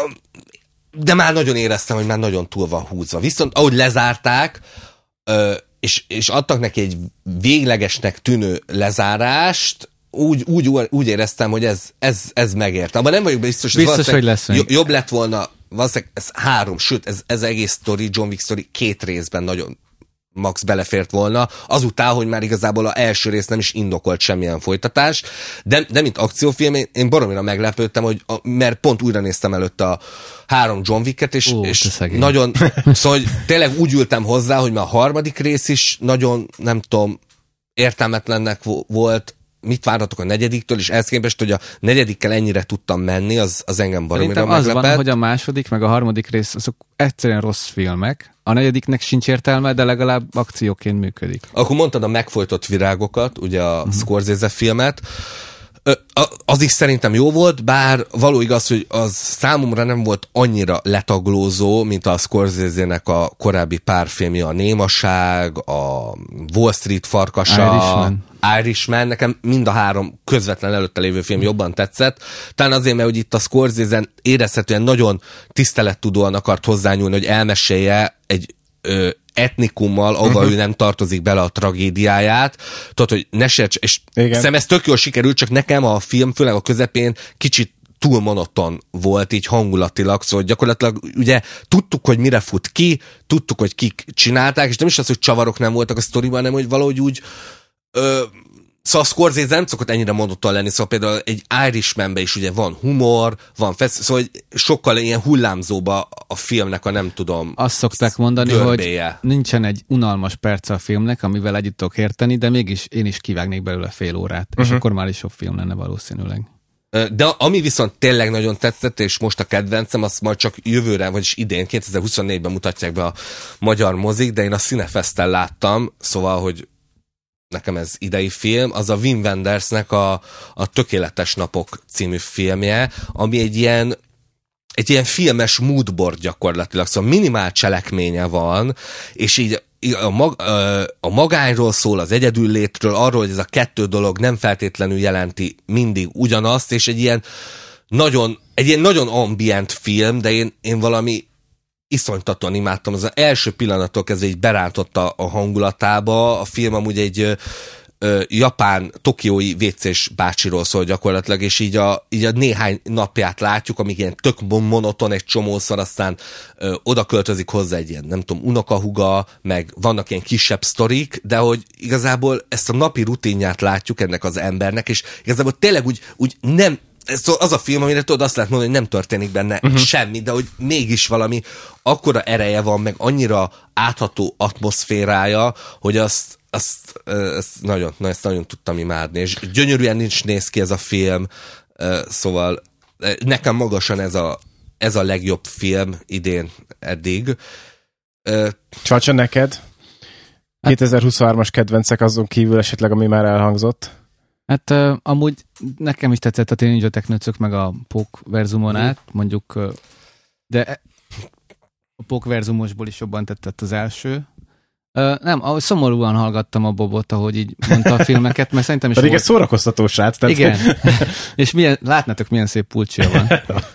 de már nagyon éreztem, hogy már nagyon túl van húzva. Viszont ahogy lezárták, és, és adtak neki egy véglegesnek tűnő lezárást, úgy, úgy, úgy éreztem, hogy ez, ez, ez megért. Abban nem vagyok biztos, hogy biztos, hogy lesz jobb, jobb lett volna, valószínűleg ez három, sőt, ez, ez egész sztori, John Wick sztori két részben nagyon max belefért volna, azután, hogy már igazából az első rész nem is indokolt semmilyen folytatás, de, de mint akciófilm, én, én baromira meglepődtem, hogy a, mert pont újra néztem előtt a három John Wicket, és, Ó, és nagyon, szóval hogy tényleg úgy ültem hozzá, hogy már a harmadik rész is nagyon, nem tudom, értelmetlennek volt, mit várhatok a negyediktől, és ehhez képest, hogy a negyedikkel ennyire tudtam menni, az, az engem baromira meglepett. Az van, hogy a második, meg a harmadik rész, azok egyszerűen rossz filmek, a negyediknek sincs értelme, de legalább akcióként működik. Akkor mondtad a Megfojtott virágokat, ugye a uh-huh. Scorsese filmet, az is szerintem jó volt, bár való igaz, hogy az számomra nem volt annyira letaglózó, mint a Scorsese-nek a korábbi pár filmje, a Némaság, a Wall Street farkasa, Irishman. Irishman, nekem mind a három közvetlen előtte lévő film jobban tetszett. Talán azért, mert hogy itt a Scorsese érezhetően nagyon tisztelettudóan akart hozzányúlni, hogy elmesélje egy ö, etnikummal, ahol uh-huh. ő nem tartozik bele a tragédiáját. Tudod, hogy ne sérts, és szerintem ez tök jól sikerült, csak nekem a film, főleg a közepén kicsit túl monoton volt így hangulatilag, szóval gyakorlatilag ugye tudtuk, hogy mire fut ki, tudtuk, hogy kik csinálták, és nem is az, hogy csavarok nem voltak a sztoriban, hanem hogy valahogy úgy ö, szóval a Scorsese nem szokott ennyire monoton lenni, szóval például egy Irishmanben is ugye van humor, van fesz, szóval sokkal ilyen hullámzóba a filmnek a nem tudom. Azt szokták mondani, görbéje. Hogy nincsen egy unalmas perc a filmnek, amivel együtt tudok érteni, de mégis én is kivágnék belőle fél órát, uh-huh. és akkor már is jobb film lenne valószínűleg. De ami viszont tényleg nagyon tetszett, és most a kedvencem, azt majd csak jövőre, vagyis idén, kétezer-huszonnégyben mutatják be a magyar mozik, de én a Cinefesten láttam, szóval, hogy nekem ez idei film, az a Wim Wendersnek a, a Tökéletes napok című filmje, ami egy ilyen egy ilyen filmes moodboard gyakorlatilag, szóval minimál cselekménye van, és így a, mag, a magányról szól, az egyedüllétről, arról, hogy ez a kettő dolog nem feltétlenül jelenti mindig ugyanazt, és egy ilyen nagyon, egy ilyen nagyon ambient film, de én, én valami iszonytatóan imádtam. Az első pillanattól kezdve így berántotta a hangulatába. A film amúgy egy ö, japán, tokiói vécés bácsiról szól gyakorlatilag, és így a, így a néhány napját látjuk, amíg ilyen tök monoton egy csomószor, aztán ö, oda költözik hozzá egy ilyen, nem tudom, unokahuga, meg vannak ilyen kisebb sztorik, de hogy igazából ezt a napi rutinját látjuk ennek az embernek, és igazából tényleg úgy, úgy nem ez az a film, amire tudod azt lehet mondani, hogy nem történik benne uh-huh. semmi, de hogy mégis valami akkora ereje van, meg annyira átható atmoszférája, hogy azt, azt, azt, nagyon, na, ezt nagyon tudtam imádni, és gyönyörűen nincs néz ki ez a film, szóval nekem magasan ez a, ez a legjobb film idén eddig. Csacsa, neked? kétezer-huszonhármas kedvencek azon kívül esetleg, ami már elhangzott? Hát uh, amúgy nekem is tetszett a Ninja Technőcök meg a Pók verzumon át, mondjuk, uh, de a Pók verzumosból is jobban tetszett az első. Uh, nem, ahogy szomorúan hallgattam a Bobot, ahogy így mondta a filmeket, mert szerintem is pedig volt... egy szórakoztató srác. Tehát... Igen, és milyen, látnátok, milyen szép pulcsia van.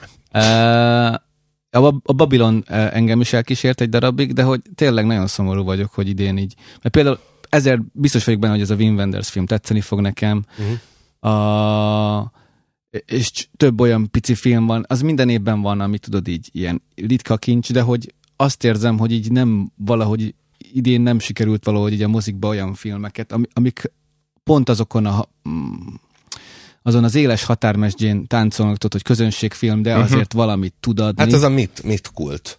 Uh, a, a Babylon engem is elkísért egy darabig, de hogy tényleg nagyon szomorú vagyok, hogy idén így. Mert például ezért biztos vagyok benne, hogy ez a Wim Wenders film tetszeni fog nekem. Uh-huh. A, és több olyan pici film van, az minden évben van, ami tudod így ilyen ritka kincs, de hogy azt érzem, hogy így nem valahogy idén nem sikerült valahogy így a mozikba olyan filmeket, amik pont azokon a azon az éles határmesdjén táncolnak, tudod, hogy közönségfilm, de azért uh-huh. valamit tud adni. Hát ez a mit, mit kult.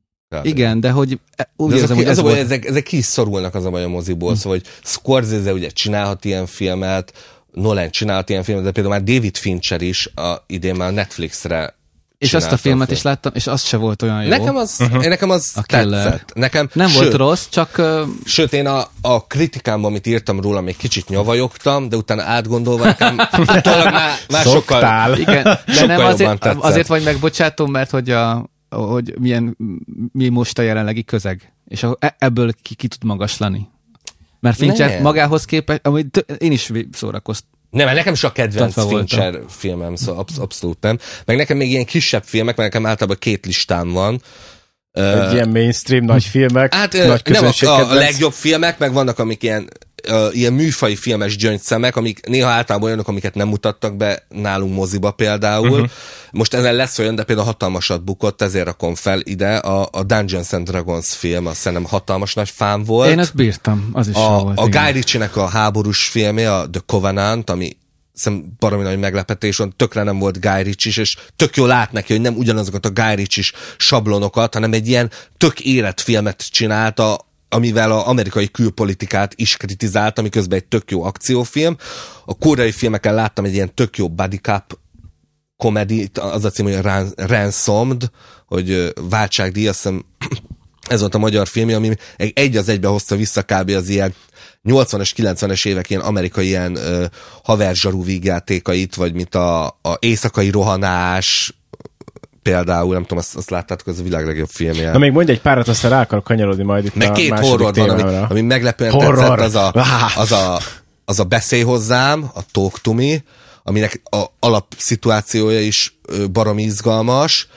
Igen, de hogy úgy de érzem, hogy ez, ez volt... baj, ezek, ezek ki is szorulnak az a baj a moziból, hmm. szóval, hogy Scorsese ugye csinálhat ilyen filmet, Nolan csinálhat ilyen filmet, de például már David Fincher is a, idén már Netflixre és azt a filmet a film. is láttam, és az se volt olyan jó. Nekem az, uh-huh. nekem az tetszett. Nekem, nem sőt, volt rossz, csak... Uh... Sőt, én a, a kritikámban, amit írtam róla, még kicsit nyavajogtam, de utána átgondolva nekem utólag már, már sokkal, igen, de sokkal nem azért, tetszett. azért vagy megbocsátom, mert hogy, a, hogy milyen, mi most a jelenlegi közeg, és a, ebből ki, ki tud magaslani. Mert Fincher magához képest, amit én is szórakoztam. Nem, mert nekem is a kedvenc Fincher voltam. filmem, szóval absz- abszolút nem. Meg nekem még ilyen kisebb filmek, mert nekem általában két listám van. Egy uh, ilyen mainstream nagy filmek, hát, nagy közönség nem a, a, kedvenc. a legjobb filmek, meg vannak amik ilyen, uh, ilyen műfai filmes gyöngyszemek, amik néha általában olyanok, amiket nem mutattak be nálunk moziba például. Uh-huh. Most ezen lesz olyan, de például hatalmasat bukott, ezért rakom fel ide. A, a Dungeons and Dragons film, azt szerintem hatalmas nagy fán volt. Én ezt bírtam, az is a, volt. A Guy Ritchie-nek a háborús filmje, a The Covenant, ami szerintem baromi nagy meglepetés van, tökre nem volt Guy Ritchie, és tök jól lát neki, hogy nem ugyanazokat a Guy Ritchie sablonokat, hanem egy ilyen tök érett filmet csinálta, amivel az amerikai külpolitikát is kritizálta, miközben egy tök jó akciófilm. A koreai filmeken láttam egy ilyen tök jó buddy cop komedi, az a cím, hogy Ransomed, hogy váltságdíj, azt hiszem ez volt a magyar filmje, ami egy az egybe hozta vissza kb. Az ilyen nyolcvanas, kilencvenes évek ilyen amerikai ilyen uh, haverzsarú vígjátékait, vagy mint a, a éjszakai rohanás, például, nem tudom, azt, azt láttátok, az a világ legjobb filmje. Na még mondj egy párat, aztán rá akarok kanyarodni majd itt meg a két második horror van, ami, ami meglepően horror. tetszett, az a, az, a, az a Beszélj hozzám, a Talk to Me, aminek a alapszituációja is baromi izgalmas,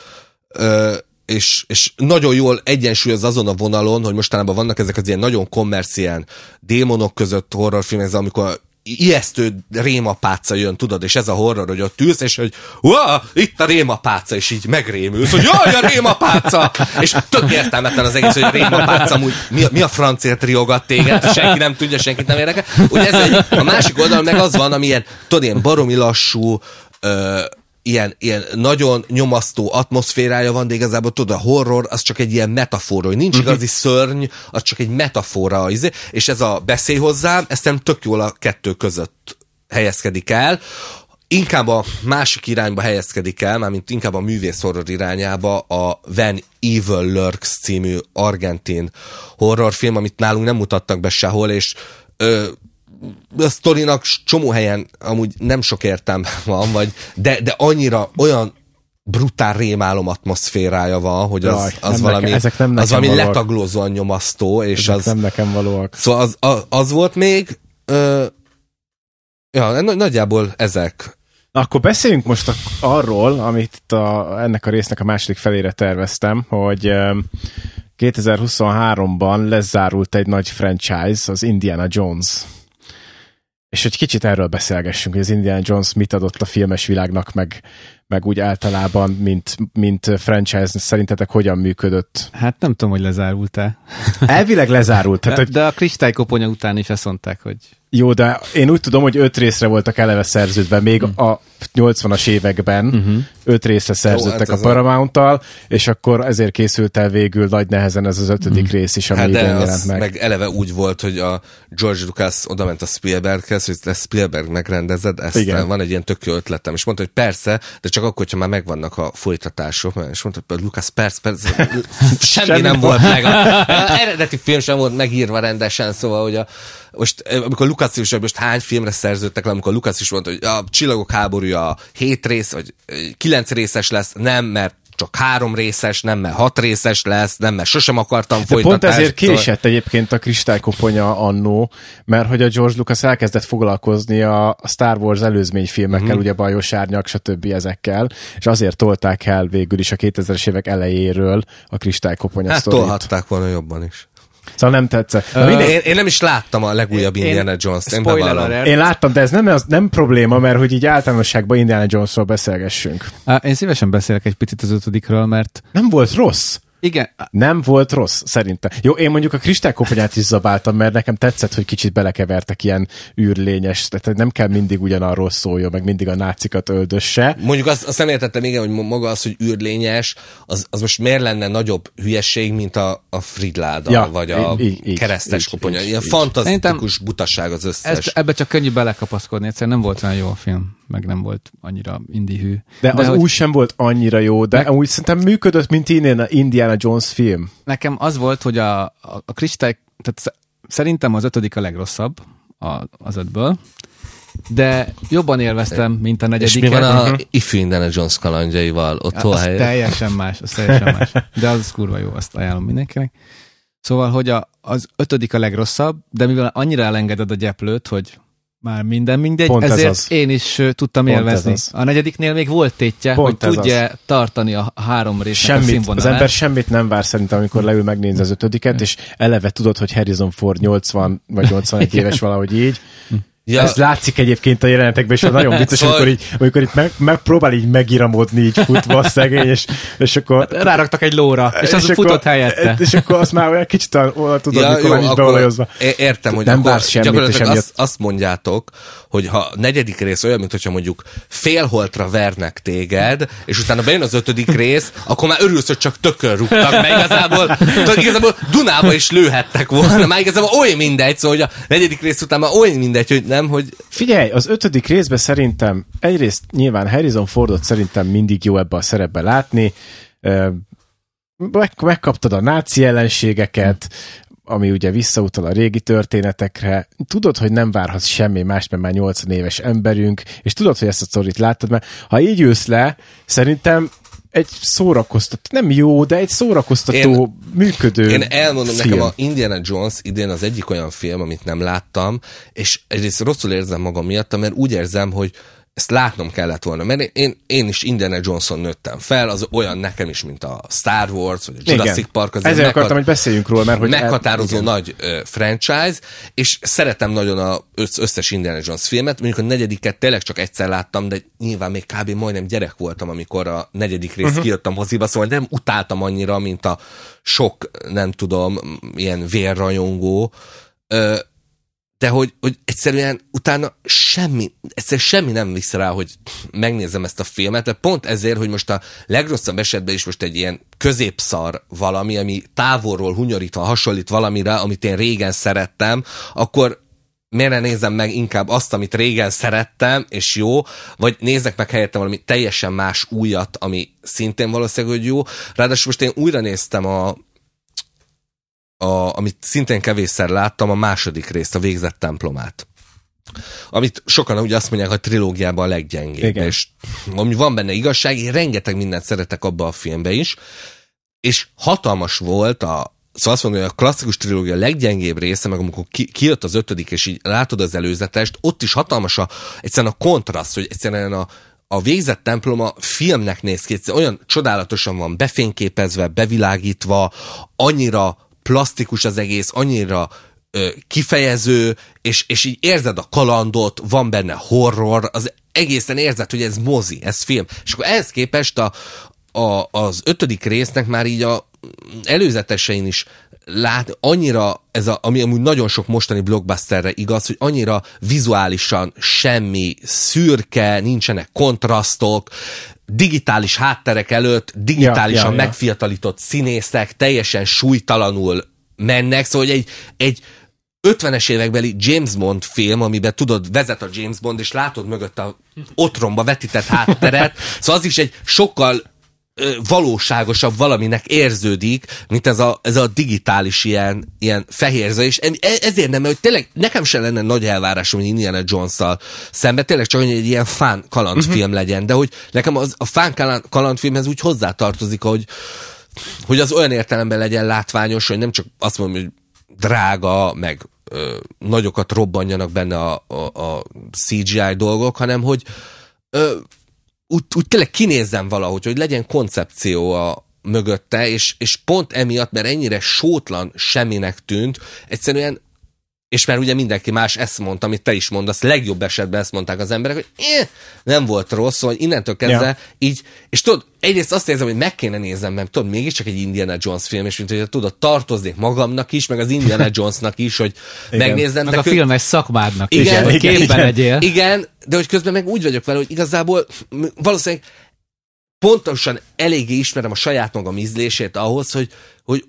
és, és nagyon jól egyensúlyoz azon a vonalon, hogy mostanában vannak ezek az ilyen nagyon kommerciál démonok között horrorfilmek, amikor ijesztő rémapáca jön, tudod, és ez a horror, hogy ott ülsz, és hogy wow, itt a rémapáca, és így megrémülsz, hogy jaj, a rémapáca! És tök értelmetlen az egész, hogy a rémapáca amúgy mi, mi a francért riogat téged, senki nem tudja, senkit nem érdekel. Ugye ez egy, a másik oldalon meg az van, ami ilyen, tudod, ilyen baromi lassú, ö, Ilyen, ilyen nagyon nyomasztó atmoszférája van, de igazából tudod, a horror az csak egy ilyen metafora, hogy nincs igazi szörny, az csak egy metafora, és ez a Beszélj hozzám, ezt nem tök jól a kettő között helyezkedik el, inkább a másik irányba helyezkedik el, mármint inkább a művész horror irányába a When Evil Lurks című argentin horrorfilm, amit nálunk nem mutattak be sehol, és ö, a sztorinak csomó helyen amúgy nem sok értelme van, vagy, de, de annyira olyan brutál rémálom atmoszférája van, hogy az, Jaj, az nem valami, nekem, nem az valami valóak. letaglózóan nyomasztó, és ezek az... nem nekem valóak. Szóval az, az, az volt még, ö, ja, nagyjából ezek. Na, akkor beszéljünk most a, arról, amit itt a, ennek a résznek a második felére terveztem, hogy kétezer-huszonháromban lezárult egy nagy franchise, az Indiana Jones. És hogy kicsit erről beszélgessünk, hogy az Indiana Jones mit adott a filmes világnak, meg, meg úgy általában, mint, mint franchise, szerintetek hogyan működött? Hát nem tudom, hogy lezárult-e. Elvileg lezárult. Tehát, De, hogy de a kristálykoponya után is ezt mondták, hogy... jó, de én úgy tudom, hogy öt részre voltak eleve szerződve, még mm. a nyolcvanas években uh-huh. öt részre szerződtek Jó, a Paramount-tal, és akkor ezért készült el végül nagy nehezen ez az ötödik mm. rész is, ami hát idén de jelent az meg. meg eleve úgy volt, hogy a George Lucas odament a Spielberghez, hogy ezt Spielberg megrendezed, ezt Igen. van egy ilyen tök jó ötletem, és mondta, hogy persze, de csak akkor, hogyha már megvannak a folytatások, és mondta, hogy Lucas, persze, persze, semmi, semmi nem volt meg. Az eredeti film sem volt megírva rendesen, szóval, hogy a most, amikor Lucas is, most hány filmre szerződtek le, amikor Lucas is mondta, hogy a Csillagok háborúja hét rész, vagy kilenc részes lesz, nem, mert csak három részes, nem, mert hat részes lesz, nem, mert sosem akartam folytatást. Pont ezért késett egyébként a kristálykoponya annó, mert hogy a George Lucas elkezdett foglalkozni a Star Wars előzményfilmekkel, uh-huh. ugye Bajos Árnyak, stb. Ezekkel, és azért tolták el végül is a kétezres évek elejéről a kristálykoponya hát sztorit. tolhatták volna jobban is. Szóval nem tetszett. Uh, minden, én, én nem is láttam a legújabb én, Indiana Jones-t. Én bevallom. Én láttam, de ez nem, az nem probléma, mert hogy így általánosságban Indiana Jonesról beszélgessünk. Én szívesen beszélek egy picit az ötödikről, mert... Nem volt rossz. Igen. Nem volt rossz, szerintem. Jó, én mondjuk a kristálykoponyát is zabáltam, mert nekem tetszett, hogy kicsit belekevertek ilyen űrlényes, tehát nem kell mindig ugyanarról szóljon, meg mindig a nácikat öldösse. Mondjuk azt, azt nem értettem, igen, hogy maga az, hogy űrlényes, az, az most miért lenne nagyobb hülyeség, mint a, a Fridláda, ja, vagy a így, így, keresztes így, koponya. Így, Ilyen így. Fantasztikus butaság az összes. Ezt, ebbe csak könnyű belekapaszkodni, egyszerűen nem volt olyan jó a film, meg nem volt annyira indie-hű. De, de az hogy... úgy sem volt annyira jó, de meg... úgy szerintem működött, mint Indiana, Indiana Jones film. Nekem az volt, hogy a, a, a kristály, tehát szerintem az ötödik a legrosszabb a, az ötből, de jobban élveztem, mint a negyediket. És mi van a uh-huh. ifjú Indiana Jones kalandjaival? Ott ja, az teljesen más, az teljesen más. De az kurva jó, azt ajánlom mindenkinek. Szóval, hogy a, az ötödik a legrosszabb, de mivel annyira elengeded a gyeplőt, hogy már minden mindegy, pont ezért ez én is uh, tudtam pont élvezni. A negyediknél még volt tétje, pont hogy tudja az. tartani a három résznek semmit, a színvonalát. Az ember semmit nem vár szerintem, amikor leül megnézni az ötödiket, és eleve tudod, hogy Harrison Ford nyolcvan vagy nyolcvanegy éves valahogy így. Ja. Ez látszik egyébként a jelenetekben, és nagyon vicces, amikor, így, amikor itt meg, megpróbál így megiramodni, így futva szegény, és, és akkor... Hát ráraktak egy lóra, és az és futott akkor, helyette. És akkor azt már olyan kicsit olyan tudod, ja, mikor nincs beolajozva. Értem, hogy nem vársz semmit, és azt, azt mondjátok, hogy ha a negyedik rész olyan, mint hogyha mondjuk félholtra vernek téged, és utána bejön az ötödik rész, akkor már örülsz, hogy csak tökön rúgtak, mert igazából, igazából Dunába is lőhettek volna, már igazából olyan mindegy, szóval hogy a negyedik rész után már olyan mindegy, hogy nem, hogy... Figyelj, az ötödik részben szerintem egyrészt nyilván Harrison Fordot szerintem mindig jó ebbe a szerepbe látni, Meg, megkaptad a náci ellenségeket, ami ugye visszautal a régi történetekre. Tudod, hogy nem várhatsz semmi más, mert már nyolcvan éves emberünk, és tudod, hogy ezt a sztorit láttad, mert ha így ülsz le, szerintem egy szórakoztató, nem jó, de egy szórakoztató, én, működő Én elmondom, film. nekem a Indiana Jones idén az egyik olyan film, amit nem láttam, és egyrészt rosszul érzem magam miatt, mert úgy érzem, hogy ezt látnom kellett volna, mert én, én is Indiana Johnson nőttem fel, az olyan nekem is, mint a Star Wars, vagy a Jurassic igen. Park. Ezért meghat- akartam, hogy beszéljünk róla, mert hogy... Meghatározó el, nagy uh, franchise, és szeretem nagyon az összes Indiana Jones filmet, mondjuk a negyediket tényleg csak egyszer láttam, de nyilván még kb. Majdnem gyerek voltam, amikor a negyedik részt uh-huh. kijöttem moziba, szóval nem utáltam annyira, mint a sok, nem tudom, ilyen vérrajongó, uh, de hogy, hogy egyszerűen utána semmi, egyszerűen semmi nem visz rá, hogy megnézem ezt a filmet, de pont ezért, hogy most a legrosszabb esetben is most egy ilyen középszar valami, ami távolról hunyorítva hasonlít valamire, amit én régen szerettem, akkor miért ne nézem meg inkább azt, amit régen szerettem, és jó, vagy nézzek meg helyette valami teljesen más újat, ami szintén valószínűleg, hogy jó. Ráadásul most én újra néztem a A, amit szintén kevésszer láttam, a második részt, a Végzett templomát. amit sokan ugye azt mondják, hogy a trilógiában a leggyengébb. Igen. És ami van benne igazság, én rengeteg mindent szeretek abba a filmbe is, és hatalmas volt a Szóval azt mondom, hogy a klasszikus trilógia leggyengébb része, meg amikor ki, kijött az ötödik, és így látod az előzetest, ott is hatalmas a, egyszerűen a kontraszt, hogy egyszerűen a, a végzett templom a filmnek néz ki, olyan csodálatosan van befényképezve, bevilágítva, annyira plastikus az egész, annyira ö, kifejező, és, és így érzed a kalandot, van benne horror, az egészen érzed, hogy ez mozi, ez film. És akkor ehhez képest a, a, az ötödik résznek már így a előzetesein is lát, annyira ez a, ami amúgy nagyon sok mostani blockbusterre igaz, hogy annyira vizuálisan semmi szürke, nincsenek kontrasztok, digitális hátterek előtt digitálisan ja, ja, ja. megfiatalított színészek teljesen súlytalanul mennek, szóval egy, egy ötvenes évekbeli James Bond film, amiben tudod, vezet a James Bond, és látod mögött a otromba vetített hátteret, szóval az is egy sokkal valóságosabb valaminek érződik, mint ez a, ez a digitális ilyen, ilyen fehérze, és ezért nem, mert hogy tényleg nekem sem lenne nagy elvárásom, hogy Indiana Jones-szal szemben, tényleg csak hogy egy ilyen fán kalandfilm uh-huh. legyen, de hogy nekem az, a fán kalandfilmhez úgy hozzátartozik, hogy, hogy az olyan értelemben legyen látványos, hogy nem csak azt mondom, hogy drága, meg ö, nagyokat robbanjanak benne a, a, a cé gé í dolgok, hanem hogy ö, Úgy, úgy tényleg kinézzem valahogy, hogy legyen koncepció a mögötte, és, és pont emiatt, mert ennyire sótlan semminek tűnt, egyszerűen, és már ugye mindenki más ezt mondta, amit te is mondasz, legjobb esetben ezt mondták az emberek, hogy eh, nem volt rossz, szóval innentől kezdve ja. így, és tudod, egyrészt azt érzem, hogy meg kéne néznem, mert tudod, mégiscsak egy Indiana Jones film, és mint hogy tudod, tartoznék magamnak is, meg az Indiana Jonesnak is, hogy igen. megnézzem. Meg a kö... filmes szakmádnak igen, is, igen, hogy képben igen, legyél. Igen, de hogy közben meg úgy vagyok vele, hogy igazából valószínűleg pontosan eléggé ismerem a saját magam ízlését ahhoz, hogy, hogy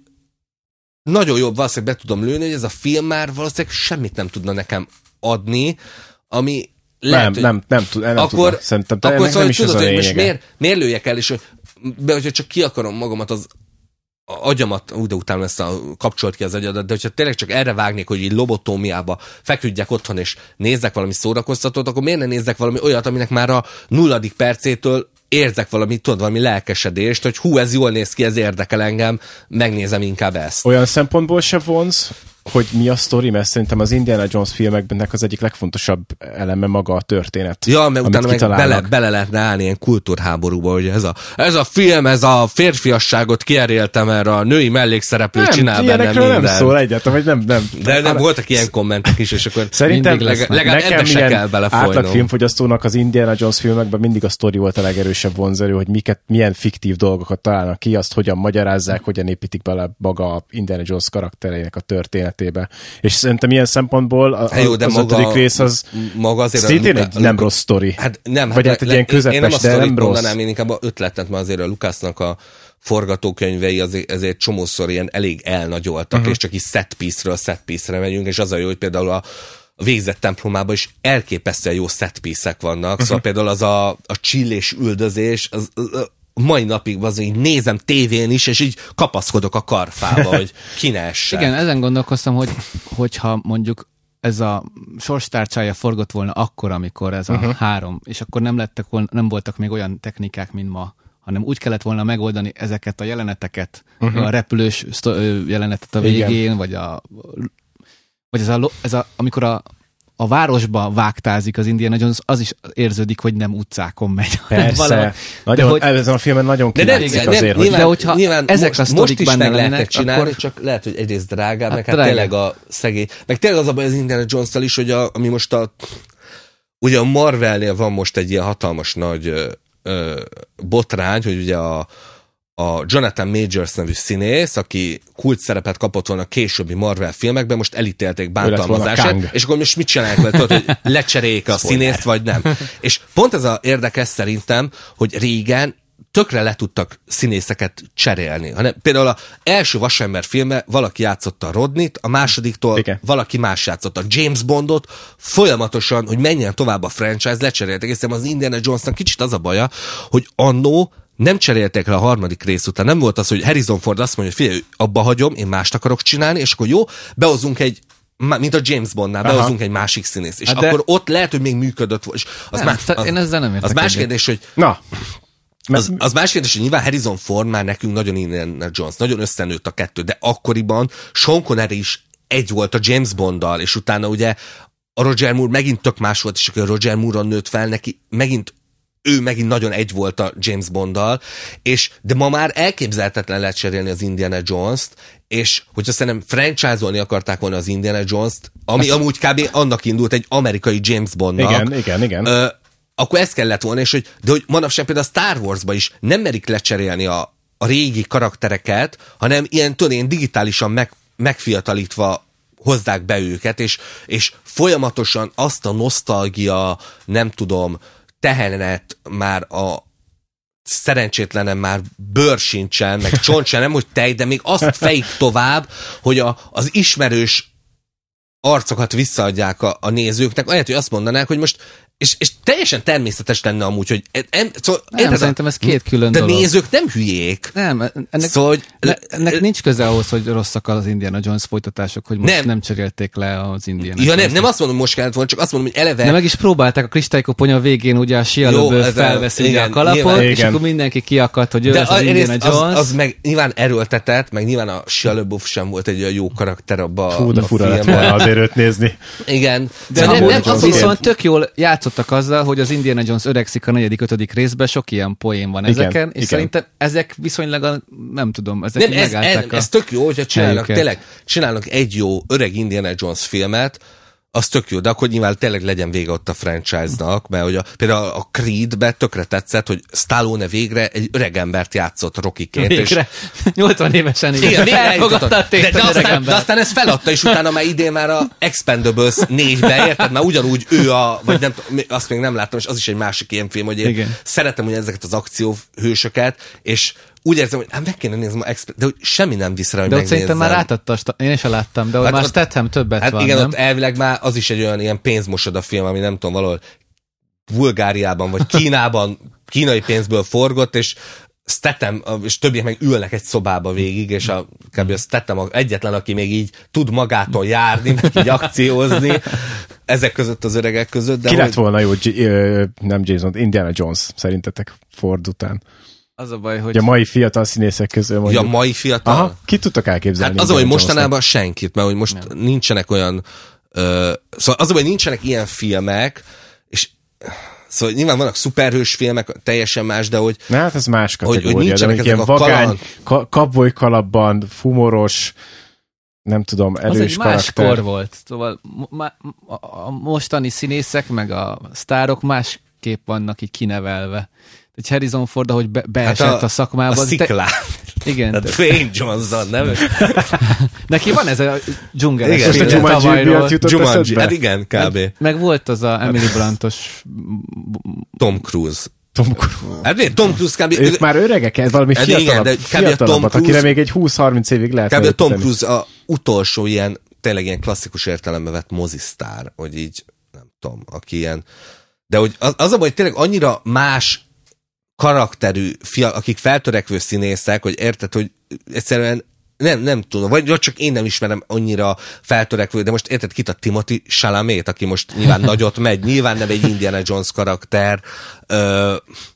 nagyon jobb valószínűleg be tudom lőni, hogy ez a film már valószínűleg semmit nem tudna nekem adni, ami lehet, nem, hogy nem, nem, tud, nem akkor, tudom. Szerintem akkor nem, szóval, nem is tudod, az a hogy most lényege. miért, miért lőjek el, és hogy, be, hogyha csak ki akarom magamat, az a agyamat, úgy de utána ezt a, kapcsolt ki az agyadat, de hogyha tényleg csak erre vágnék, hogy így lobotómiába feküdjek otthon, és nézzek valami szórakoztatót, akkor miért ne nézzek valami olyat, aminek már a nulladik percétől érzek valami, tudod, valami lelkesedést, hogy hú, ez jól néz ki, ez érdekel engem, megnézem inkább ezt. Olyan szempontból se vonz, hogy mi a sztori, mert szerintem az Indiana Jones filmekben az egyik legfontosabb eleme maga a történet. Ja, mert utána meg bele, bele lehetne állni ilyen kultúrháborúba, hogy ez a, ez a film, ez a férfiasságot kieréltem, erre a női mellékszereplő nem, csinál benne minden. Nem szól egyáltalán, vagy nem, nem. De nem, voltak ilyen kommentek is, és akkor szerintem leg, legalább ebbe se kell belefolynom. Átlag filmfogyasztónak az Indiana Jones filmekben mindig a sztori volt a legerősebb vonzerő, hogy miket, milyen fiktív dolgokat találnak ki, azt hogyan magyarázzák, hogyan építik bele maga a Indiana Jones karakterének a történetébe. És szerintem ilyen szempontból a, jó, de az maga, ötödik rész az maga azért szintén egy nem rossz sztori. Hát nem, vagy hát, hát egy ilyen közepes, én nem a de nem rossz. mondanám, én inkább a ötletet, mert azért a Lucasnak a forgatókönyvei azért, azért csomószor ilyen elég elnagyoltak, uh-huh. és csak így set piece-ről set piece-re megyünk, és az a jó, hogy például a a végzett templomában is elképesztően jó set piece-ek vannak, uh-huh. szóval például az a, a csillés üldözés, az, az mai napig az, így nézem tévén is, és így kapaszkodok a karfába, hogy ki ne essen. Igen, ezen gondolkoztam, hogy hogyha mondjuk ez a sorstárcsája forgott volna akkor, amikor ez a uh-huh. három, és akkor nem lettek volna, nem voltak még olyan technikák, mint ma, hanem úgy kellett volna megoldani ezeket a jeleneteket, uh-huh. a repülős jelenetet a végén, igen. vagy a vagy ez a, ez a amikor a a városba vágtázik az Indiana Jones, az is érződik, hogy nem utcákon megy. Persze. Nagyon, hogy, ezen a filmen nagyon kilátszik azért, nem, hogy... Nyilván, de hogyha nyilván ezek most, a sztorik most is meg lehetne csinálni, akkor... csak lehet, hogy egyrészt drágább, hát meg hát drága. tényleg a szegény. Meg tényleg az a baj az Indiana Jones-tal is, hogy a, ami most a... Ugye a Marvelnél van most egy ilyen hatalmas nagy ö, ö, botrány, hogy ugye a a Jonathan Majors nevű színész, aki kult szerepet kapott volna a későbbi Marvel filmekben, most elítélték bántalmazását, és akkor most mit csinálják vele, tudod, hogy lecseréljék a színészt, vagy nem. És pont ez a érdekes szerintem, hogy régen tökre le tudtak színészeket cserélni. Hanem, például az első Vasember filmben valaki játszotta a Rodneyt, a másodiktól igen. valaki más játszotta a James Bondot, folyamatosan, hogy menjen tovább a franchise, lecseréltek. És az Indiana Jonesnak kicsit az a baja, hogy annó nem cserélték le a harmadik rész után. Nem volt az, hogy Harrison Ford azt mondja, hogy figyelj, abba hagyom, én mást akarok csinálni, és akkor jó, behozunk egy mint a James Bondnál, behozunk egy másik színész, és hát akkor ott lehet, hogy még működött volna. Az, nem, már, az, én ezzel nem értek. Az más kérdés, hogy Na. Az, az más kérdés, hogy nyilván Harrison Ford már nekünk nagyon Indiana Jones, nagyon összenőtt a kettő, de akkoriban Sean Connery is egy volt a James Bonddal, és utána ugye a Roger Moore megint tök más volt, és akkor a Roger Moore-on nőtt fel neki, megint ő megint nagyon egy volt a James Bonddal, és de ma már elképzelhetetlen lehet cserélni az Indiana Jones-t, és hogyha szerintem franchise-olni akarták volna az Indiana Jones-t, ami Azt... amúgy kb. Annak indult egy amerikai James Bondnak. Igen, igen, igen. Ö, akkor ez kellett volna, és hogy, de hogy manapság például a Star Wars-ba is nem merik lecserélni a, a régi karaktereket, hanem ilyen, tudod, ilyen digitálisan meg, megfiatalítva hozzák be őket, és, és folyamatosan azt a nosztalgia, nem tudom, tehenet már a szerencsétlenem már bőr sincsen, meg csont sem, nem hogy tej, de még azt fejik tovább, hogy a, az ismerős arcokat visszaadják a, a nézőknek, olyan, hogy azt mondanák, hogy most És, és teljesen természetes lenne amúgy, hogy... Em, szóval, nem, érted, szerintem ez két külön de dolog. De nézők nem hülyék. Nem, ennek, szóval, hogy, ne, ennek nincs köze ahhoz, hogy rosszak az Indiana Jones folytatások, hogy most nem, nem cserélték le az Indiana Ja, nem, nem azt mondom, most kellett volna, csak azt mondom, hogy eleve... De meg is próbálták a kristálykoponya végén, ugye a sialöből felveszi igen, a kalapot, nyilván, és igen. akkor mindenki kiakadt, hogy ő az, az Indiana Jones. Az, az meg nyilván erőltetett, meg nyilván a sialöböv sem volt egy olyan jó karakter abba a Fú, de fura lett volna azért őt nézni. Igen. De nem, nem, az viszont tök jól játszottak azzal, hogy az Indiana Jones öregszik a negyedik, ötödik részben, sok ilyen poén van ezeken, igen, és igen. szerintem ezek viszonylag, a, nem tudom, ezek nem, ez, ez, ez tök jó, hogyha csinálnak, tényleg, csinálnak egy jó öreg Indiana Jones filmet, az tök jó, de akkor nyilván tényleg legyen vége ott a franchise-nak, mert hogy a, például a Creed-be tökre tetszett, hogy Stallone végre egy öreg embert játszott Rocky-ként. Végre. És... nyolcvan évesen igen. Igen, végre elfogadta a tét, de, de, aztán, de aztán ezt feladta, és utána már idén már a Expendables négybe, érted? Már ugyanúgy ő a, vagy nem azt még nem láttam, és az is egy másik ilyen film, hogy én igen. szeretem ugye ezeket az akcióhősöket, és úgy érzem, hogy hát meg kéne nézni ma Exp- de hogy semmi nem visz rá, hogy de ott megnézzem. szerintem már átadta, én is láttam, de hát már Statham többet hát van, igen, nem? ott elvileg már az is egy olyan ilyen pénzmosoda film, ami nem tudom, valahol Bulgáriában, vagy Kínában kínai pénzből forgott, és Statham, és többiek meg ülnek egy szobába végig, és a, kb. A Statham egyetlen, aki még így tud magától járni, meg így akciózni, ezek között az öregek között. De Ki hogy... lett volna jó, nem James Bond, Indiana Jones, szerintetek Ford után? Az a baj, hogy... A mai fiatal színészek közül mondjuk. Ja, mai fiatal? Aha, ki tudtak elképzelni? Hát az, hogy mostanában senkit, mert hogy most nem. nincsenek olyan... Ö, szóval az, hogy nincsenek ilyen filmek, és szóval nyilván vannak szuperhős filmek, teljesen más, de hogy... Na, hát ez más kategória, hogy, hogy de még ilyen a vagány, ka- kabboly kalapban, fumoros, nem tudom, erős karakter. Az egy más kor volt. Szóval ma- a mostani színészek, meg a sztárok másképp vannak így kinevelve. Egy Harrison Ford, ahogy be- beesett hát a, a szakmába. A sziklán. Te... Igen. Hát Dwayne Johnson, nem? Neki van ez a dzsungeles film tavalyról. Jumanji, hát igen, kb. Meg, meg volt az a Emily Blunt-os... Tom Cruise. Tom Cruise. Hát Tom Cruise kb. Ők már öregek, valami hát fiatalabb, igen, fiatalabbat, Cruise, akire még egy húsz-harminc évig lehet. Kb. A Tom Cruise a utolsó ilyen, tényleg ilyen klasszikus értelembe vett mozisztár, hogy így, nem tudom, aki ilyen... De hogy az, az a baj, hogy tényleg annyira más karakterű fia, akik feltörekvő színészek, hogy érted, hogy egyszerűen nem, nem tudom, vagy csak én nem ismerem annyira feltörekvő, de most érted, kit a Timothy Chalamet, aki most nyilván nagyot megy, nyilván nem egy Indiana Jones karakter, uh,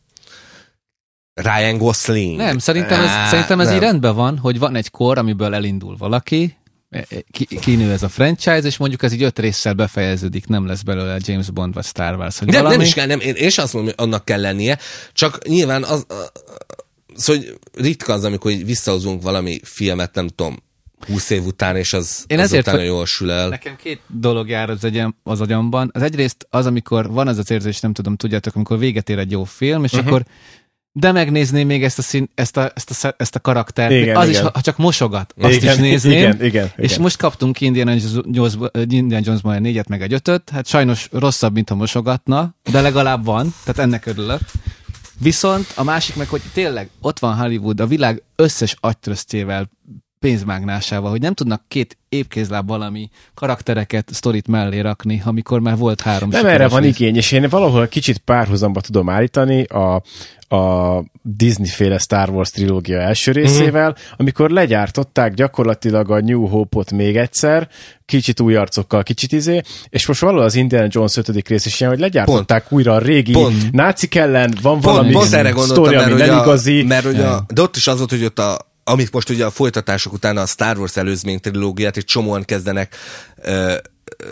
Ryan Gosling. Nem, szerintem ez, Á, szerintem ez így rendben van, hogy van egy kor, amiből elindul valaki, kinő ez a franchise, és mondjuk ez így öt résszel befejeződik, nem lesz belőle James Bond vagy Star Wars. Hogy nem, valami... nem is kell, nem, én, én sem azt mondom, hogy annak kell lennie, csak nyilván az, szóval ritka az, amikor visszahozunk valami filmet, nem tudom, húsz év után, és az, én az ezért, utána jól sül el. Nekem két dolog jár az, agyam, az agyamban. Az egyrészt az, amikor van az az érzés, nem tudom, tudjátok, amikor véget ér egy jó film, és uh-huh. akkor de megnézném még ezt a, szín, ezt a, ezt a, ezt a karaktert. Igen, az igen. is, ha csak mosogat, azt igen, is nézném. Igen, igen, és igen. most kaptunk Indiana Jones, Indiana Jones-ban egy négyet, meg egy ötöt. Hát sajnos rosszabb, mint ha mosogatna, de legalább van, tehát ennek örülök. Viszont a másik meg, hogy tényleg ott van Hollywood a világ összes agytröztjével pénzmágnásával, hogy nem tudnak két épkézláb valami karaktereket, sztorit mellé rakni, amikor már volt három. Nem erre van rész. Igény, és én valahol kicsit párhuzamba tudom állítani a, a Disney-féle Star Wars trilógia első részével, mm-hmm. amikor legyártották gyakorlatilag a New Hope-ot még egyszer, kicsit új arcokkal, kicsit izé, és most valahol az Indiana Jones ötödik rész is ilyen, hogy legyártották pont. újra a régi pont. nácik ellen, van pont, valami pont sztori, ami nem igazi. Mert ugye, a, de ott is az volt, hogy ott a amit most ugye a folytatások után a Star Wars előzmény trilógiát egy csomóan kezdenek ö, ö,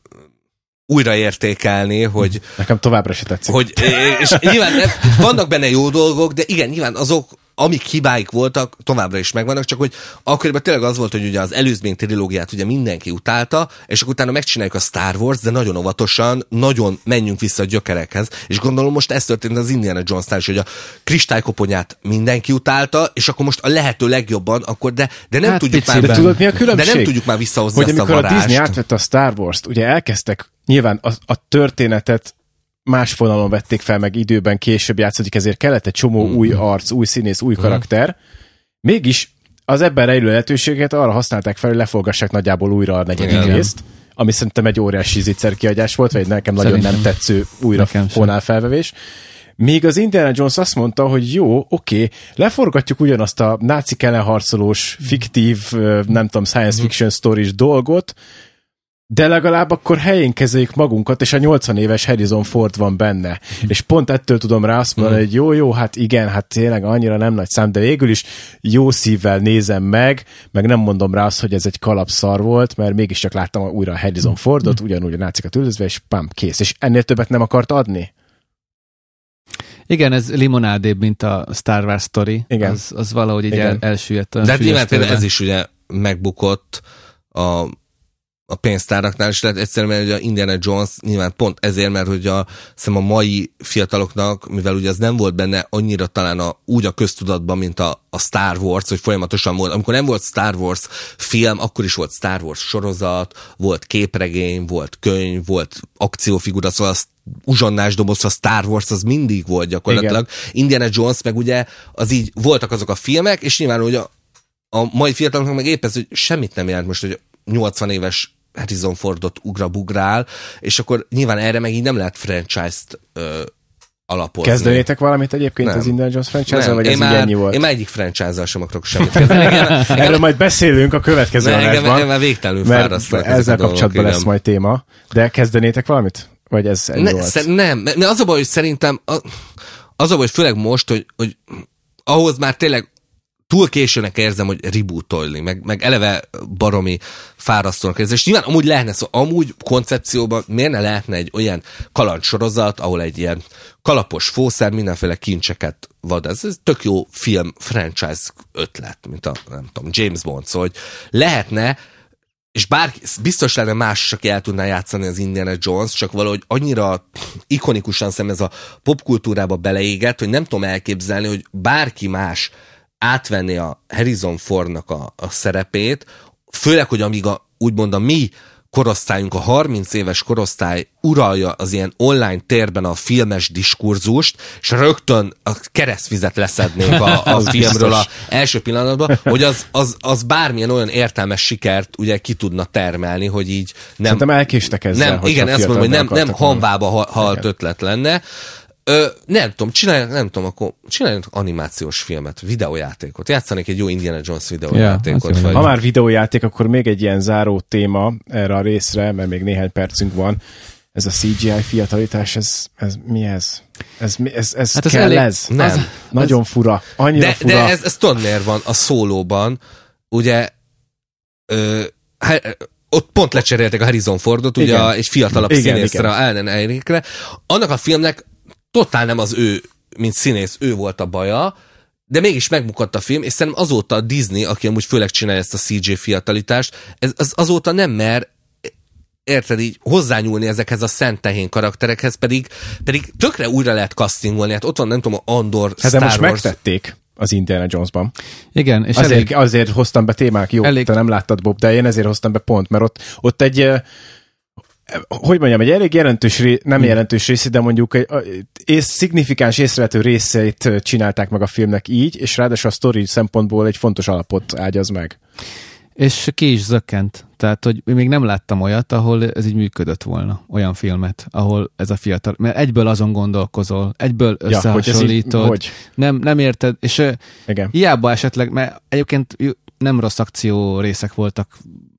újraértékelni, hogy... Nekem továbbra se tetszik. Hogy, és nyilván nem, vannak benne jó dolgok, de igen, nyilván azok, amik hibáik voltak, továbbra is megvannak, csak hogy akkoriban tényleg az volt, hogy ugye az előzmény trilógiát ugye mindenki utálta, és akkor utána megcsináljuk a Star Wars, de nagyon óvatosan, nagyon menjünk vissza a gyökerekhez, és gondolom most ez történt az Indiana Jones-nál is, hogy a kristálykoponyát mindenki utálta, és akkor most a lehető legjobban, akkor de, de nem hát tudjuk már, de tudod, mi a különbség? De nem tudjuk már visszahozni hogy azt a varást. amikor a Disney átvette a Star Wars-t, ugye elkezdtek, nyilván a, a történetet más vonalon vették fel, meg időben később játszódik, ezért kellett egy csomó mm. új arc, új színész, új mm. karakter. Mégis az ebben rejlő lehetőséget arra használták fel, hogy leforgassák nagyjából újra a negyedik részt, ami szerintem egy óriási zicser kiadás volt, vagy nekem szerintem nagyon nem tetsző újra fonálfelvevés. Még az Indiana Jones azt mondta, hogy jó, oké, leforgatjuk ugyanazt a nácik ellen harcolós, fiktív, nem tudom, science fiction stories dolgot, de legalább akkor helyén kezeljük magunkat, és a nyolcvan éves Harrison Ford van benne. És pont ettől tudom rá azt mondani, mm. hogy jó, jó, hát igen, hát tényleg annyira nem nagy szám, de végül is jó szívvel nézem meg, meg nem mondom rá azt, hogy ez egy kalapszar volt, mert mégiscsak láttam újra a Harrison Fordot, ugyanúgy a nácikat üldözve, és pam, kész. És ennél többet nem akart adni? Igen, ez limonádébb, mint a Star Wars story. Igen. Az, az valahogy így el, elsüllyedt. De hát nyilván például ez is ugye megbukott a a pénztáraknál, és lehet egyszerűen, hogy a Indiana Jones nyilván pont ezért, mert hogy a, a mai fiataloknak, mivel ugye az nem volt benne annyira talán a, úgy a köztudatban, mint a, a Star Wars, hogy folyamatosan volt. Amikor nem volt Star Wars film, akkor is volt Star Wars sorozat, volt képregény, volt könyv, volt akciófigura, szóval az uzsonnás doboz, a Star Wars az mindig volt gyakorlatilag. Igen. Indiana Jones meg ugye az így voltak azok a filmek, és nyilván hogy a, a mai fiataloknak meg épp ez, hogy semmit nem jelent most, hogy nyolcvan éves Harrison Fordot ugrabugrál, és akkor nyilván erre meg így nem lehet franchise-t ö, alapozni. Kezdenétek valamit egyébként nem. az Indiana Jones franchise-al, vagy én ez már, így ennyi volt? Én már egyik franchise-al sem akarok semmit kezdeni. Erről majd beszélünk a következő adásban, már végtelenül mert ezzel kapcsolatban lesz majd téma. De kezdenétek valamit? Vagy ez ennyi ne, volt? Szer- nem, mert az a baj, hogy szerintem az a baj, hogy főleg most, hogy, hogy ahhoz már tényleg túl későnek érzem, hogy rebootolni, meg, meg eleve baromi fárasztónak érzem. És nyilván amúgy lehetne, szóval amúgy koncepcióban miért ne lehetne egy olyan kalandsorozat, ahol egy ilyen kalapos fószer mindenféle kincseket vad. Ez, ez tök jó film, franchise ötlet, mint a, nem tudom, James Bond. Szóval, hogy lehetne, és bárki, biztos lenne más, aki el tudná játszani az Indiana Jones, csak valahogy annyira ikonikusan szem ez a popkultúrába beleégett, hogy nem tudom elképzelni, hogy bárki más átvenni a Harrison Fordnak a, a szerepét, főleg, hogy amíg a, úgymond a mi korosztályunk, a harminc éves korosztály uralja az ilyen online térben a filmes diskurzust, és rögtön a keresztvizet leszednék a, a filmről az első pillanatban, hogy az, az, az bármilyen olyan értelmes sikert ugye ki tudna termelni, hogy így nem... Szerintem elkéstek ezzel. Nem, igen, ezt mondom, hogy nem, nem hanvába halt ötlet lenne. Ö, nem tudom, csinálják, nem tudom, akkor csinálják animációs filmet, videójátékot. Játszanék egy jó Indiana Jones videójátékot. Ja, vagy... Ha már videójáték, akkor még egy ilyen záró téma erre a részre, mert még néhány percünk van. Ez a cé gé i fiatalitás, ez, ez mi ez? Ez, ez, ez hát kell elég... ez? Nem. Az nagyon ez... fura, annyira de, fura. De ez, ez tudod miért van a szólóban, ugye ö, ha, ott pont lecseréltek a Harrison Fordot, ugye a, egy fiatalabb igen, színészre, Alden Ehrenreich-re. Annak a filmnek totál nem az ő, mint színész, ő volt a baja, de mégis megbukott a film, és szerintem azóta a Disney, aki amúgy főleg csinálja ezt a cé gé fiatalitást, ez, az azóta nem mer, érted így, hozzányúlni ezekhez a szent tehén karakterekhez, pedig, pedig tökre újra lehet castingolni, hát ott van, nem tudom, Andor, hát Star de most Wars. Megtették az Indiana Jonesban. Igen, és azért, elég... azért hoztam be témák, jó, elég... te nem láttad, Bob, de én ezért hoztam be pont, mert ott, ott egy hogy mondjam, egy elég jelentős, ré, nem jelentős része, de mondjuk egy, és szignifikáns észrevető részeit csinálták meg a filmnek így, és ráadásul a sztori szempontból egy fontos alapot ágyaz meg. És ki is zökkent. Tehát, hogy még nem láttam olyat, ahol ez így működött volna, olyan filmet, ahol ez a fiatal, mert egyből azon gondolkozol, egyből összehasonlítod, ja, hogy így, hogy? Nem, nem érted, és igen. Hiába esetleg, mert egyébként nem rossz akció részek voltak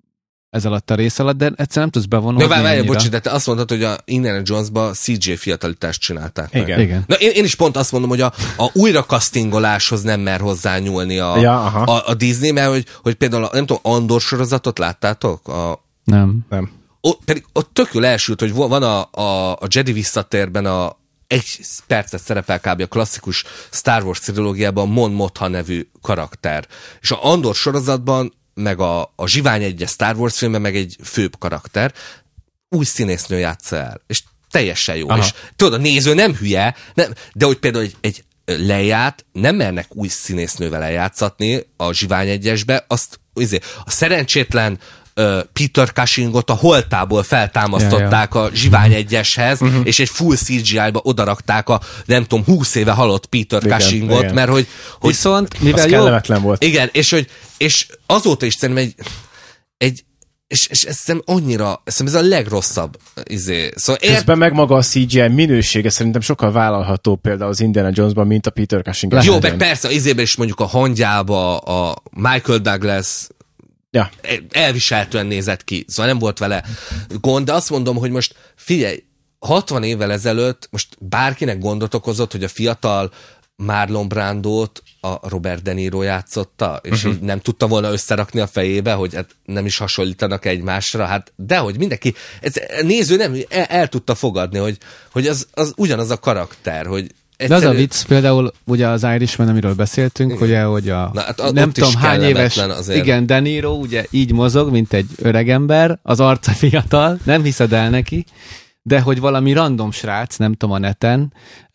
ez alatt a rész alatt, de egyszerűen nem tudsz bevonulni. De várj, bocsi, de te azt mondtad, hogy a Indiana Jones-ba cé gé fiatalitást csinálták meg. Igen. Igen. Na, én, én is pont azt mondom, hogy a, a újrakasztingoláshoz nem mer hozzányúlni a, ja, a, a Disney, mert hogy, hogy például, nem tudom, Andor sorozatot láttátok? A, nem. Nem. Ott, pedig ott tök jól elsült, hogy van a, a, a Jedi visszatérben a egy percet szerepel kb. A klasszikus Star Wars trilógiában Mon Mothma nevű karakter. És a Andor sorozatban meg a, a Zsivány egyes Star Wars filmben meg egy főbb karakter, új színésznő játsza el, és teljesen jó. Aha. És tudod, a néző nem hülye, nem, de hogy például egy, egy Leiát nem mernek új színésznővel eljátszatni a Zsivány egyesbe, azt a szerencsétlen uh, Peter Cushingot a holtából feltámasztották ja, ja. a Zsivány egyeshez, uh-huh. és egy full cé gé í-ba odarakták a, nem tudom, húsz éve halott Peter igen, Cushingot, igen. mert hogy, hogy viszont, mivel jó... kellemetlen volt. Igen, és, hogy, és azóta is szerintem egy, egy és, és ez szerintem annyira, szerintem ez a legrosszabb izé. Szóval ért... Közben meg maga a cé gé í minősége szerintem sokkal vállalható például az Indiana Jonesban, mint a Peter Cushing. Jó, meg persze, az izében is mondjuk a hangyába, a Michael Douglas ja. elviselhetően nézett ki, szóval nem volt vele gond, de azt mondom, hogy most figyelj, hatvan évvel ezelőtt most bárkinek gondot okozott, hogy a fiatal Marlon Brandót a Robert De Niro játszotta, és uh-huh. így nem tudta volna összerakni a fejébe, hogy hát nem is hasonlítanak egymásra, hát dehogy mindenki, ez, néző nem, el, el tudta fogadni, hogy, hogy az, az ugyanaz a karakter, hogy egyszerű... De az a vicc, például ugye az Irishman, amiről beszéltünk, igen. ugye, hogy a Na, hát nem tudom hány éves, azért. igen, De Niro ugye így mozog, mint egy öregember, az arca fiatal, nem hiszed el neki, de hogy valami random srác, nem tudom, a neten,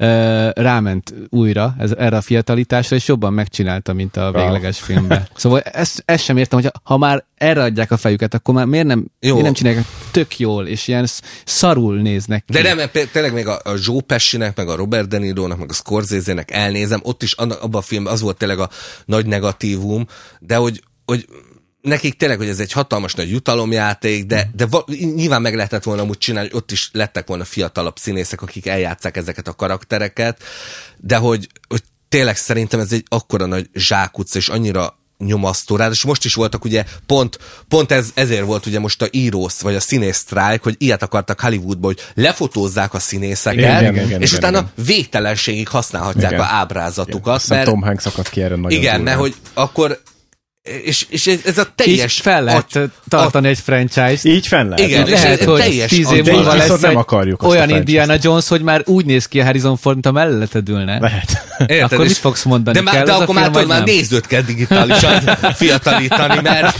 ráment újra ez, erre a fiatalitásra, és jobban megcsinálta, mint a végleges filmben. Szóval ezt, ezt sem értem, hogy ha már erre adják a fejüket, akkor már miért nem, miért nem csinálják tök jól, és ilyen szarul néznek ki. De nem, mert tényleg még a, a Joe Pesci-nek, meg a Robert De Niro-nak, meg a Scorsese-nek elnézem, ott is abban a filmben az volt tényleg a nagy negatívum, de hogy, hogy nekik tényleg, hogy ez egy hatalmas nagy jutalomjáték, de, de val- nyilván meg lehetett volna úgy csinálni, hogy ott is lettek volna fiatalabb színészek, akik eljátszák ezeket a karaktereket, de hogy, hogy tényleg szerintem ez egy akkora nagy zsákutca, és annyira nyomasztó rád, és most is voltak ugye, pont, pont ez, ezért volt ugye most a írós, vagy a színész sztrájk, hogy ilyet akartak Hollywoodba, hogy lefotózzák a színészeket, igen, igen, igen, és igen, utána igen. végtelenségig használhatják igen. a ábrázatukat. Igen, mert, Tom Hanks akadt ki erre nagyon. Igen, mert hogy akkor És, és ez a teljes... Így fel lehet a, tartani a, egy franchise-t. Így fel lehet. Igen, és lehet, hogy teljes tíz év múlva lesz nem akarjuk olyan Indiana Jones, hogy már úgy néz ki a Harrison Ford, mint a melletted ülne. Lehet. Érted, akkor mit fogsz mondani? De, má, de akkor már, film, már nézőt kell digitálisan fiatalítani, mert...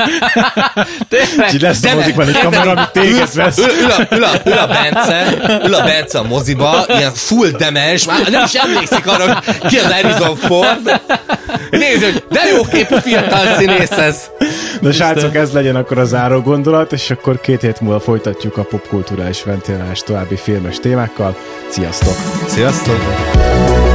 Így lesz a mozikban egy kamera, amit téged vesz. Ül, ül, a, ül, a, ül, a Bence, ül a Bence a moziba, ilyen full demens, már nem is emlékszik arra, hogy ki az Harrison Ford. Nézd, hogy de jó képű fiatal színész ez. De srácok, ez legyen akkor a záró gondolat, és akkor két hét múlva folytatjuk a popkulturális ventilálás további filmes témákkal. Sziasztok! Sziasztok!